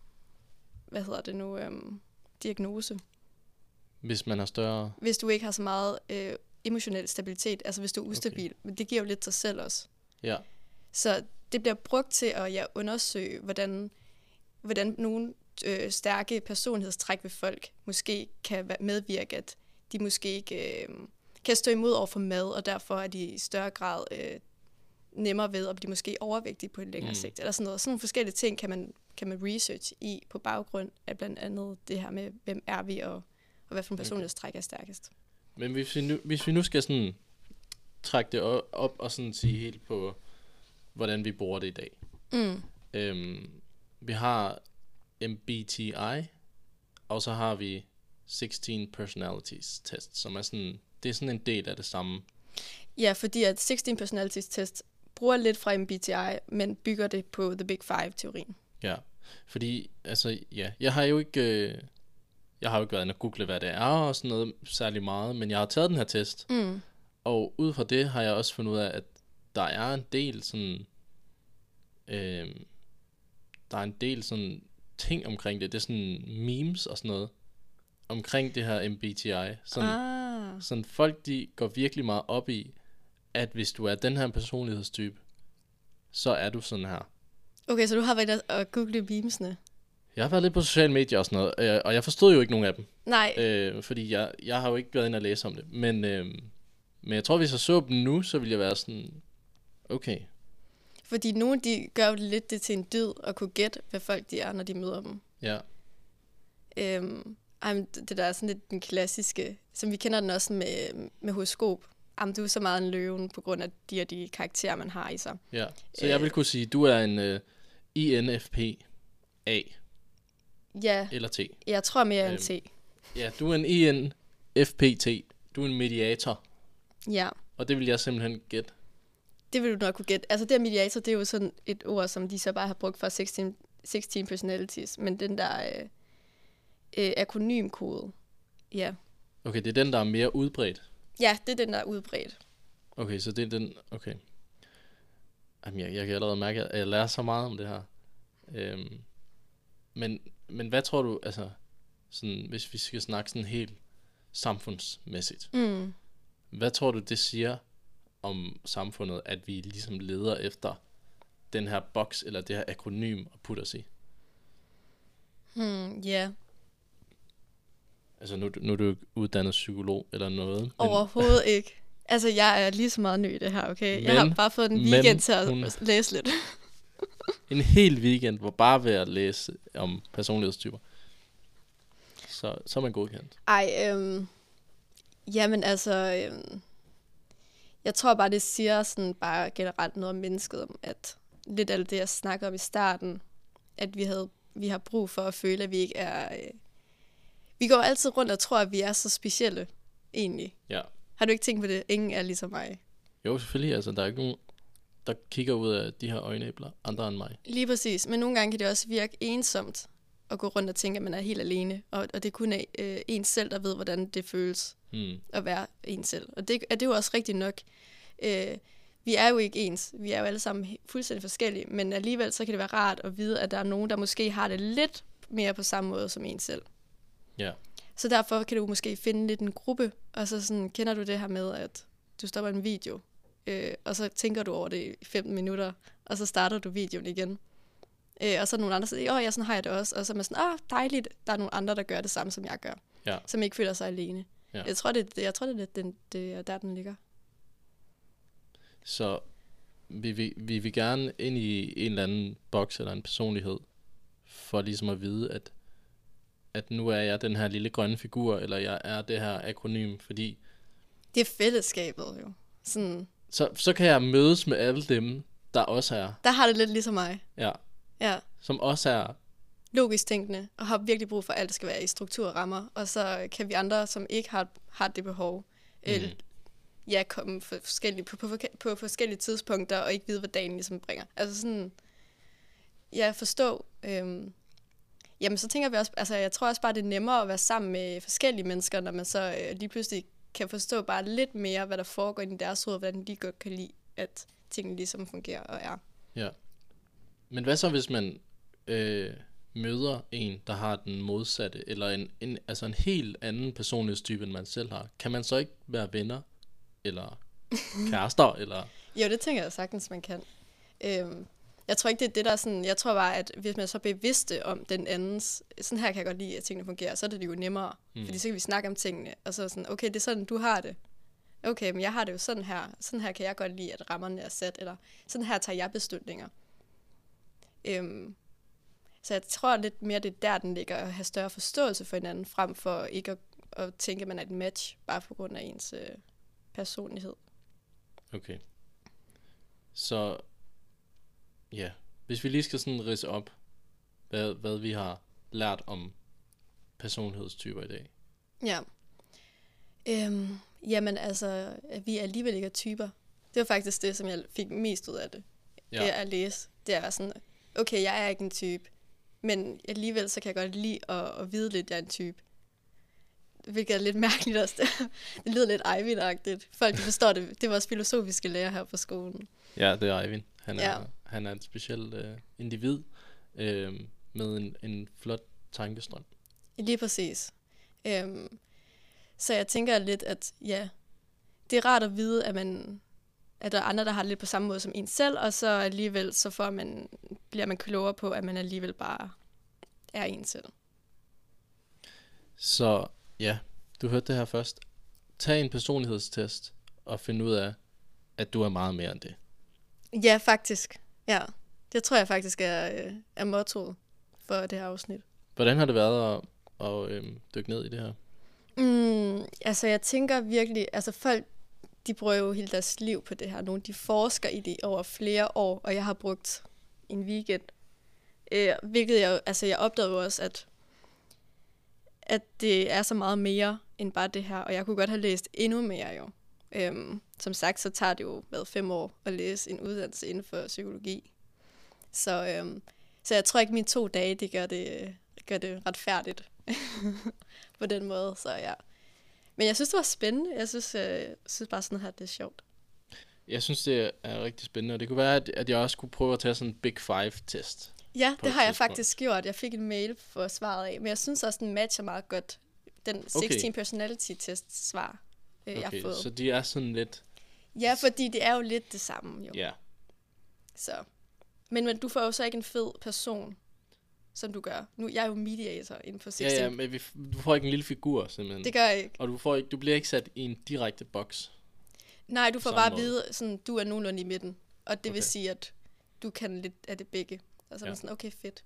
diagnose. Hvis man har større... Hvis du ikke har så meget emotionel stabilitet, altså hvis du er ustabil. Okay. Men det giver jo lidt sig selv også. Ja. Så det bliver brugt til at undersøge, hvordan nogle stærke personlighedstræk ved folk måske kan medvirke, at de måske ikke kan stå imod over for mad, og derfor er de i større grad nemmere ved at blive måske overvægtige på en længere sigt. Eller sådan noget. Sådan nogle forskellige ting kan man research i på baggrund af blandt andet det her med, hvem er vi, og hvad for en personlighedstræk er stærkest. Men hvis vi nu skal sådan trække det op og sådan sige helt på, hvordan vi bruger det i dag. Vi har MBTI, og så har vi 16 personalities test, som er sådan, det er sådan en del af det samme. Ja, fordi at 16 personalities test bruger lidt fra MBTI, men bygger det på The Big Five-teorien. Ja, fordi, altså, ja, jeg har jo ikke været inde og google, hvad det er og sådan noget særlig meget, men jeg har taget den her test, og ud fra det har jeg også fundet ud af, at der er en del sådan, ting omkring det. Det er sådan memes og sådan noget omkring det her MBTI. Sådan folk, de går virkelig meget op i, at hvis du er den her personlighedstype, så er du sådan her. Okay, så du har været at google memesene? Jeg har været lidt på sociale medier og sådan noget, og jeg forstod jo ikke nogen af dem. Nej. Fordi jeg har jo ikke været inde og læse om det. Men jeg tror, hvis jeg så dem nu, så ville jeg være sådan, okay. Fordi nogle, de gør jo lidt det til en dyd at kunne gætte, hvad folk de er, når de møder dem. Ja. Det der er sådan lidt den klassiske, som vi kender den også med horoskop. Du er så meget en løven på grund af de karakterer, man har i sig. Ja, så jeg vil kunne sige, du er en INFP A. Ja. Eller T. Jeg tror mere en T. Ja, du er en INFPT. Du er en mediator. Ja. Og det vil jeg simpelthen gætte. Det vil du nok kunne gætte. Altså det her mediator, det er jo sådan et ord, som de så bare har brugt fra 16 personalities, men den der akronymkode. Ja. Okay, det er den, der er mere udbredt. Ja, det er den, der er udbredt. Okay, så det er den... Okay. Jamen, jeg kan allerede mærke, at jeg lærer så meget om det her. Men hvad tror du, altså... Sådan, hvis vi skal snakke sådan helt samfundsmæssigt. Hvad tror du, det siger om samfundet, at vi ligesom leder efter den her boks, eller det her akronym at putte os i? Ja. Altså, nu er du ikke uddannet psykolog eller noget. Men, Overhovedet ikke. Altså, jeg er lige så meget ny i det her, okay? Jeg har bare fået en weekend til at læse lidt. En hel weekend, hvor bare ved at læse om personlighedstyper. Så er man godkendt. Jamen altså, jeg tror bare, det siger sådan bare generelt noget om mennesket, om at lidt af det, jeg snakkede om i starten, at vi har brug for at føle, at vi ikke er... vi går altid rundt og tror, at vi er så specielle, egentlig. Ja. Har du ikke tænkt på det? Ingen er ligesom mig. Jo, selvfølgelig. Altså, der er ikke nogen, der kigger ud af de her øjenæbler, andre end mig. Lige præcis. Men nogle gange kan det også virke ensomt at gå rundt og tænke, at man er helt alene. Og det er kun en selv, der ved, hvordan det føles at være en selv. Og det er jo også rigtigt nok. Vi er jo ikke ens. Vi er jo alle sammen fuldstændig forskellige. Men alligevel så kan det være rart at vide, at der er nogen, der måske har det lidt mere på samme måde som en selv. Ja. Så derfor kan du måske finde lidt en gruppe, og så sådan, kender du det her med, at du stopper en video, og så tænker du over det i 15 minutter, og så starter du videoen igen. Og så er nogle andre, der siger, ja, sådan har jeg det også. Og så er man sådan, dejligt, der er nogle andre, der gør det samme, som jeg gør. Ja. Som ikke føler sig alene. Ja. Jeg tror, det er der, den ligger. Så vi vil gerne ind i en eller anden boks eller en personlighed, for ligesom at vide, at nu er jeg den her lille grønne figur, eller jeg er det her akronym, fordi... Det er fællesskabet jo. Sådan. Så kan jeg mødes med alle dem, der også er... Der har det lidt ligesom mig. Ja. Ja. Som også er... logisk tænkende, og har virkelig brug for, at alt skal være i struktur og rammer. Og så kan vi andre, som ikke har det behov, komme på forskellige tidspunkter, og ikke vide, hvad dagen ligesom bringer. Altså sådan... forstå... Jamen, så tænker vi også, altså jeg tror også bare, det er nemmere at være sammen med forskellige mennesker, når man så lige pludselig kan forstå bare lidt mere, hvad der foregår i deres hoved, hvordan de godt kan lide, at tingene ligesom fungerer og er. Ja. Men hvad så, hvis man møder en, der har den modsatte, eller en helt anden personlighedstype, end man selv har? Kan man så ikke være venner, eller kærester, eller... Jo, det tænker jeg sagtens, man kan. Jeg tror ikke, det er det, der er sådan... Jeg tror bare, at hvis man så er bevidste om den andens... Sådan her kan jeg godt lide, at tingene fungerer. Så er det jo nemmere. Fordi så kan vi snakke om tingene. Og så sådan, okay, det er sådan, du har det. Okay, men jeg har det jo sådan her. Sådan her kan jeg godt lide, at rammerne er sat. Eller sådan her tager jeg beslutninger. Så jeg tror lidt mere, det er der, den ligger. At have større forståelse for hinanden, frem for ikke at tænke, at man er et match. Bare på grund af ens personlighed. Okay. Så... ja, hvis vi lige skal sådan ridse op, hvad vi har lært om personlighedstyper i dag. Ja. Jamen altså, at vi alligevel ikke er typer. Det var faktisk det, som jeg fik mest ud af det. Ja. Det at læse. Det er sådan, okay, jeg er ikke en type, men alligevel så kan jeg godt lide at vide lidt, at jeg er en type. Hvilket er lidt mærkeligt også. Det lyder lidt Eivind-agtigt. Folk de forstår det. Det er vores filosofiske lærer her på skolen. Ja, det er Eivind. Han er et specielt individ med en flot tankestrøm. Lige præcis. Så jeg tænker lidt, at ja, det er rart at vide, at der er andre, der har det lidt på samme måde som en selv, og så alligevel så bliver man klogere på, at man alligevel bare er en selv. Så ja, du hørte det her først. Tag en personlighedstest og find ud af, at du er meget mere end det. Ja, faktisk. Ja, det tror jeg faktisk er mottoet for det her afsnit. Hvordan har det været at dykke ned i det her? Altså, jeg tænker virkelig... Altså, folk, de bruger jo hele deres liv på det her. Nogle, de forsker i det over flere år, og jeg har brugt en weekend. Hvilket jeg opdagede jo også, at det er så meget mere end bare det her. Og jeg kunne godt have læst endnu mere jo. Som sagt, så tager det jo 5 år at læse en uddannelse inden for psykologi. Så Så jeg tror ikke, mine 2 dage, det gør det retfærdigt på den måde, så ja. Men jeg synes, det var spændende. Jeg synes bare sådan her, det er sjovt. Jeg synes, det er rigtig spændende, og det kunne være, at jeg også kunne prøve at tage sådan en Big Five-test. Ja, på det et har jeg tidspunkt. faktisk gjort. Jeg fik en mail for svaret af, men jeg synes også, den matcher meget godt den 16 personality-test svar, jeg har fået. Så de er sådan lidt... Ja, fordi det er jo lidt det samme, jo. Ja, Så. Men du får jo så ikke en fed person, som du gør. Nu, jeg er jo mediator inden for 16. ja, men du får ikke en lille figur, simpelthen. Det gør jeg ikke. Og du bliver ikke sat i en direkte boks. Nej, du får Samme bare at måde. vide, sådan, du er nogenlunde i midten. Og det vil Okay. sige, at du kan lidt af det begge. Og så er man sådan, okay, fedt.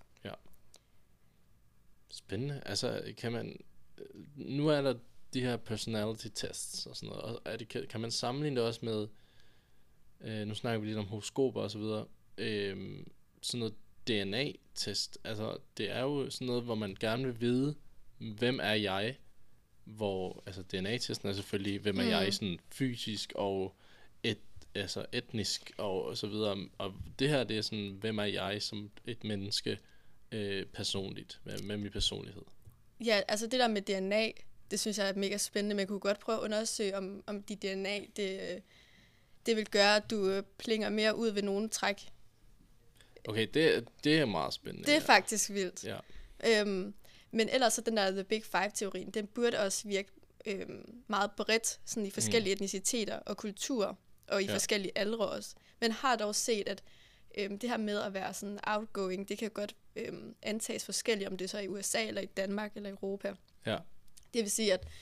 Spændende. Altså, kan man... Nu er der de her personality tests og sådan noget. Og kan man sammenligne det også med... nu snakker vi lidt om horoskoper og så videre. Sådan noget DNA-test. Altså, det er jo sådan noget, hvor man gerne vil vide, hvem er jeg? Hvor, altså DNA-testen er selvfølgelig, hvem er jeg sådan fysisk og etnisk og så videre. Og det her, det er sådan, hvem er jeg som et menneske personligt, med min personlighed. Ja, altså det der med DNA, det synes jeg er mega spændende. Men jeg kunne godt prøve at undersøge, om dit DNA, det vil gøre, at du plinger mere ud ved nogle træk. Okay, det er meget spændende. Det er faktisk vildt. Ja. Men ellers så den der The Big Five-teorien, den burde også virke meget bredt sådan i forskellige etniciteter og kulturer, og i forskellige aldre også. Men har dog set, at det her med at være sådan outgoing, det kan godt antages forskelligt, om det er så i USA, eller i Danmark, eller i Europa. Ja. Det vil sige, at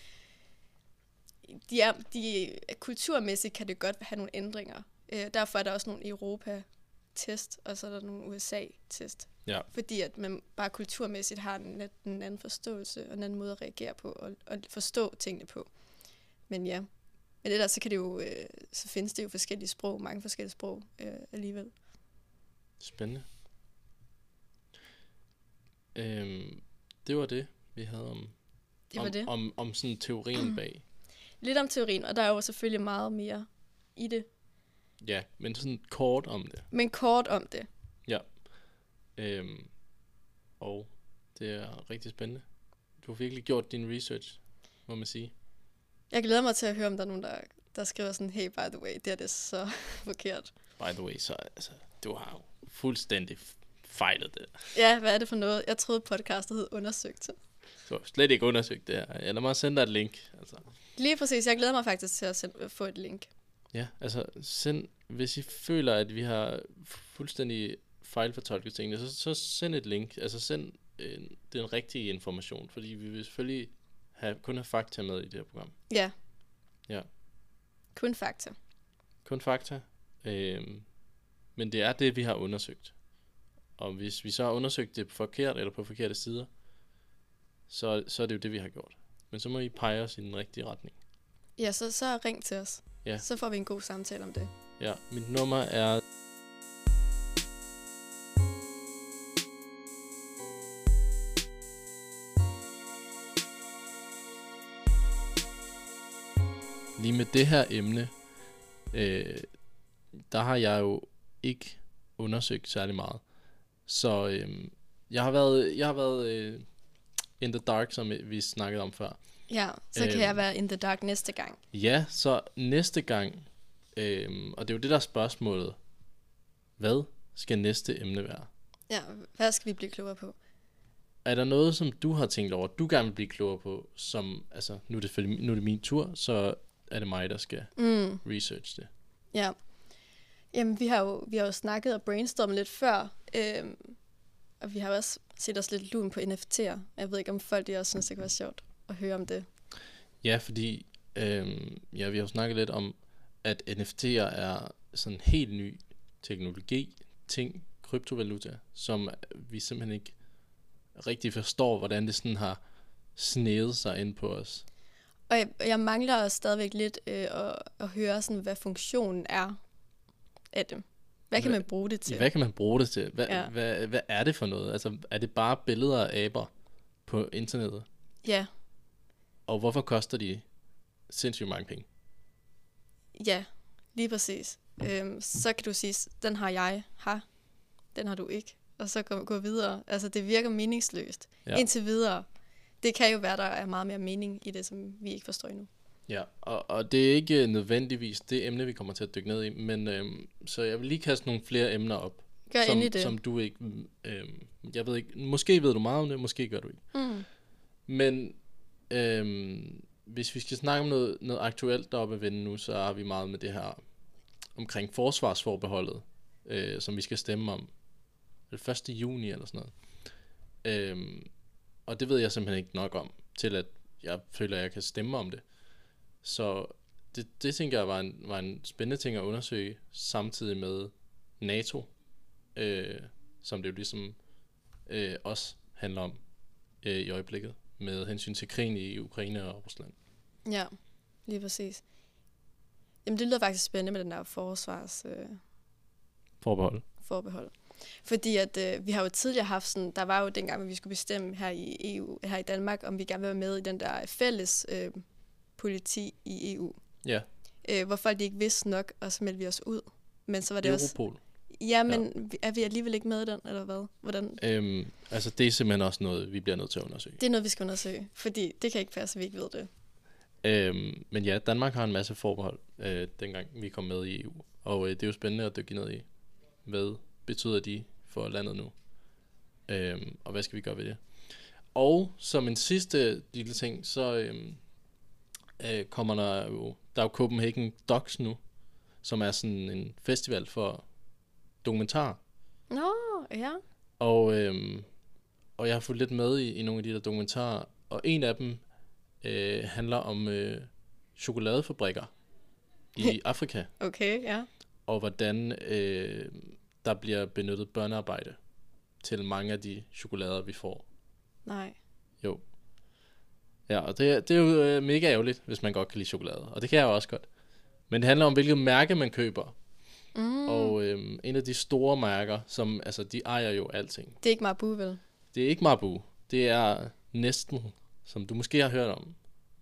kulturmæssigt kan det godt have nogle ændringer. Derfor er der også nogle Europa-test, og så er der nogle USA-test. Ja. Fordi at man bare kulturmæssigt har en anden forståelse, og en anden måde at reagere på, og forstå tingene på. Men ja, men ellers så kan det jo, så findes det jo forskellige sprog, mange forskellige sprog alligevel. Spændende. Det var det, vi havde om, Det var det. om sådan teorien bag. Lidt om teorien, og der er jo selvfølgelig meget mere i det. Ja, men sådan kort om det. Men kort om det. Ja. Og det er rigtig spændende. Du har virkelig gjort din research, må man sige. Jeg glæder mig til at høre, om der er nogen, der skriver sådan, hey, by the way, det er det så forkert. By the way, så altså, du har jo fuldstændig fejlet det. Ja, hvad er det for noget? Jeg troede, podcastet hed Undersøgt. Du har slet ikke undersøgt det her. Jeg lader mig sende dig et link. Altså. Lige præcis. Jeg glæder mig faktisk til at få et link. Ja, altså hvis I føler, at vi har fuldstændig fejlfortolket tingene, så send et link. Altså send den rigtige information, fordi vi vil selvfølgelig kun have fakta med i det her program. Ja. Ja. Kun fakta. Kun fakta. Men det er det, vi har undersøgt. Og hvis vi så har undersøgt det forkert, eller på forkerte sider, så er det jo det, vi har gjort. Men så må I pege os i den rigtige retning. Ja, så ring til os. Ja. Så får vi en god samtale om det. Ja, mit nummer er... Lige med det her emne, der har jeg jo ikke undersøgt særlig meget. Så jeg har været in the dark, som vi snakkede om før. Ja, så kan jeg være in the dark næste gang. Ja, så næste gang, og det er jo det, der er spørgsmålet. Hvad skal næste emne være? Ja, hvad skal vi blive klogere på? Er der noget, som du har tænkt over, du gerne vil blive klogere på, som, altså, nu er det min tur, så er det mig, der skal research det. Ja. Jamen, vi har jo snakket og brainstormet lidt før, og vi har også set os lidt lun på NFT'er. Jeg ved ikke, om folk de også synes, det kan være sjovt at høre om det. Ja, fordi vi har jo snakket lidt om, at NFT'er er sådan en helt ny teknologi, kryptovaluta, som vi simpelthen ikke rigtig forstår, hvordan det sådan har sneget sig ind på os. Og jeg mangler stadigvæk lidt at høre, sådan, hvad funktionen er af det. Hvad kan man bruge det til? Hvad kan man bruge det til? Hvad er det for noget? Altså, er det bare billeder af aber på internettet? Ja. Og hvorfor koster de sindssygt mange penge? Ja, lige præcis. Så kan du sige, den har jeg, den har du ikke. og så gå videre. Altså, det virker meningsløst. Ja. Indtil videre. Det kan jo være, der er meget mere mening i det, som vi ikke forstår endnu. Ja, og det er ikke nødvendigvis det emne, vi kommer til at dykke ned i, men så jeg vil lige kaste nogle flere emner op. Gør endelig det. Som du ikke... jeg ved ikke... Måske ved du meget om det, måske gør du ikke. Mm. Men hvis vi skal snakke om noget aktuelt deroppe at vende nu, så har vi meget med det her omkring forsvarsforbeholdet, som vi skal stemme om. Det 1. juni eller sådan noget. Og det ved jeg simpelthen ikke nok om, til at jeg føler, at jeg kan stemme om det. Så det tænker jeg var en spændende ting at undersøge, samtidig med NATO, som det jo ligesom også handler om i øjeblikket, med hensyn til krigen i Ukraine og Rusland. Ja, lige præcis. Jamen, det lyder faktisk spændende med den der forbehold. Fordi at vi har jo tidligere haft sådan, der var jo dengang, at vi skulle bestemme her i EU, her i Danmark, om vi gerne vil være med i den der fælles politi i EU. Ja. Hvor folk ikke vidste nok, og så meldte vi os ud. Men så var det Europol. også... Ja, men er vi alligevel ikke med i den, eller hvad? Hvordan? Altså, det er simpelthen også noget, vi bliver nødt til at undersøge. Det er noget, vi skal undersøge, fordi det kan ikke passe, at vi ikke ved det. Men ja, Danmark har en masse forbehold, dengang vi kom med i EU. Og det er jo spændende at dykke ned i. Hvad betyder de for landet nu? Og hvad skal vi gøre ved det? Og som en sidste lille ting, så kommer der er jo Copenhagen Docs nu, som er sådan en festival for dokumentar. Nå, ja. Og jeg har fulgt lidt med i nogle af de der dokumentarer, og en af dem handler om chokoladefabrikker i Afrika. Okay, ja. Og hvordan der bliver benyttet børnearbejde til mange af de chokolader, vi får. Nej. Jo. Ja, og det er jo mega ærgerligt, hvis man godt kan lide chokolade. Og det kan jeg jo også godt. Men det handler om, hvilket mærke man køber. Og en af de store mærker, som, altså, de ejer jo alting. Det er ikke Marabu, vel? Det er ikke Marabu. Det er Nestle, som du måske har hørt om.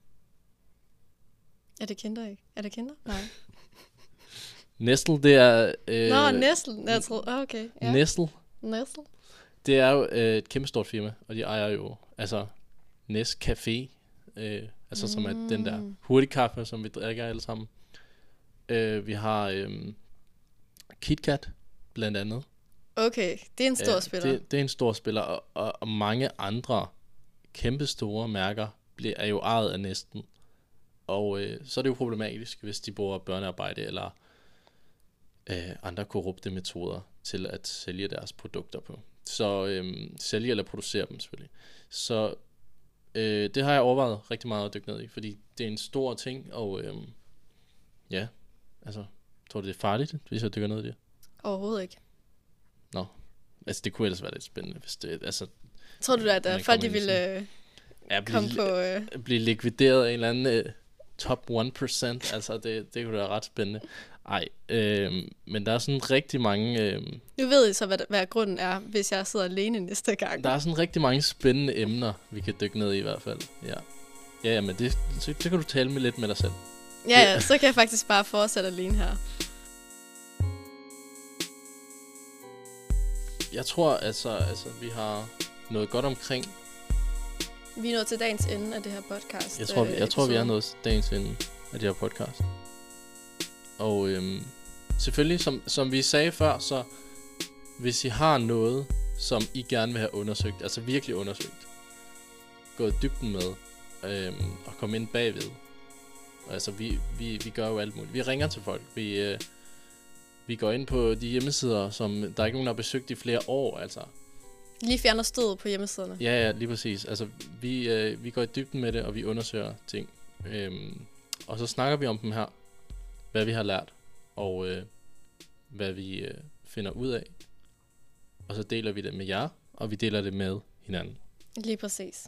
Er det Kinder ikke? Er det Kinder? Nej. Nestle, det er... Nå, Nestle. Jeg tror, okay. Ja. Nestle. Det er jo et kæmpestort firma, og de ejer jo, altså, Nescafé, altså som er den der hurtigkaffe, som vi drikker alle sammen. Vi har KitKat, blandt andet. Okay, det er en stor spiller. Det er en stor spiller, og mange andre kæmpe store mærker er jo ejet af Nestle. Og så er det jo problematisk, hvis de bruger børnearbejde eller andre korrupte metoder til at sælge deres produkter på. Så sælge eller producere dem selvfølgelig. Så det har jeg overvejet rigtig meget at dykke ned i, fordi det er en stor ting, og ja, altså, tror du det er farligt, hvis jeg dykker ned i det? Overhovedet ikke. Nå, altså det kunne ellers være lidt spændende, hvis det, altså... Tror du at folk de ville komme på... Blive likvideret af en eller anden top 1%, altså det kunne være ret spændende. Ej, men der er sådan rigtig mange... Nu ved I så, hvad grunden er, hvis jeg sidder alene næste gang. Der er sådan rigtig mange spændende emner, vi kan dykke ned i hvert fald. Ja, men så kan du tale med lidt med dig selv. Ja, så kan jeg faktisk bare fortsætte alene her. Jeg tror altså vi har noget godt omkring. Vi er nået til dagens ende af det her podcast. Jeg tror vi er nået til dagens ende af det her podcast. Og selvfølgelig, som vi sagde før, så hvis I har noget, som I gerne vil have undersøgt, altså virkelig undersøgt, gå i dybden med, og komme ind bagved. Altså, vi gør jo alt muligt. Vi ringer til folk. Vi går ind på de hjemmesider, som der er ikke nogen, der har besøgt i flere år, altså. Lige fjerner stødet på hjemmesiderne. Ja, lige præcis. Altså, vi går i dybden med det, og vi undersøger ting. Og så snakker vi om dem her. Hvad vi har lært, og hvad vi finder ud af. Og så deler vi det med jer, og vi deler det med hinanden. Lige præcis.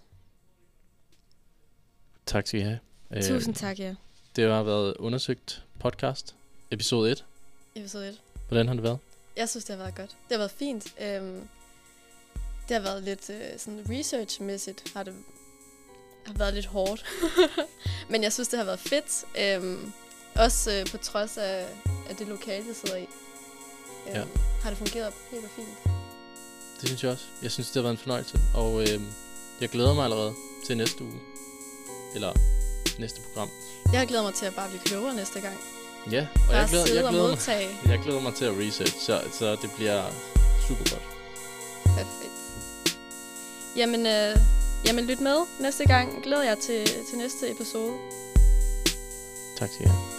Tak skal I have. Tusind tak, ja. Det har været undersøgt podcast, episode 1. Episode 1. Hvordan har det været? Jeg synes, det har været godt. Det har været fint. Det har været lidt sådan research-mæssigt, har været lidt hårdt. Men jeg synes, det har været fedt. Også på trods af det lokale, vi sidder i. Har det fungeret helt og fint. Det synes jeg også. Jeg synes, det har været en fornøjelse. Og jeg glæder mig allerede til næste uge. Eller næste program. Jeg glæder mig til at bare blive klogere næste gang. Ja, og jeg glæder mig til at research, så det bliver super godt. Perfekt. Jamen lyt med næste gang. Glæder jeg til næste episode. Tak skal I have.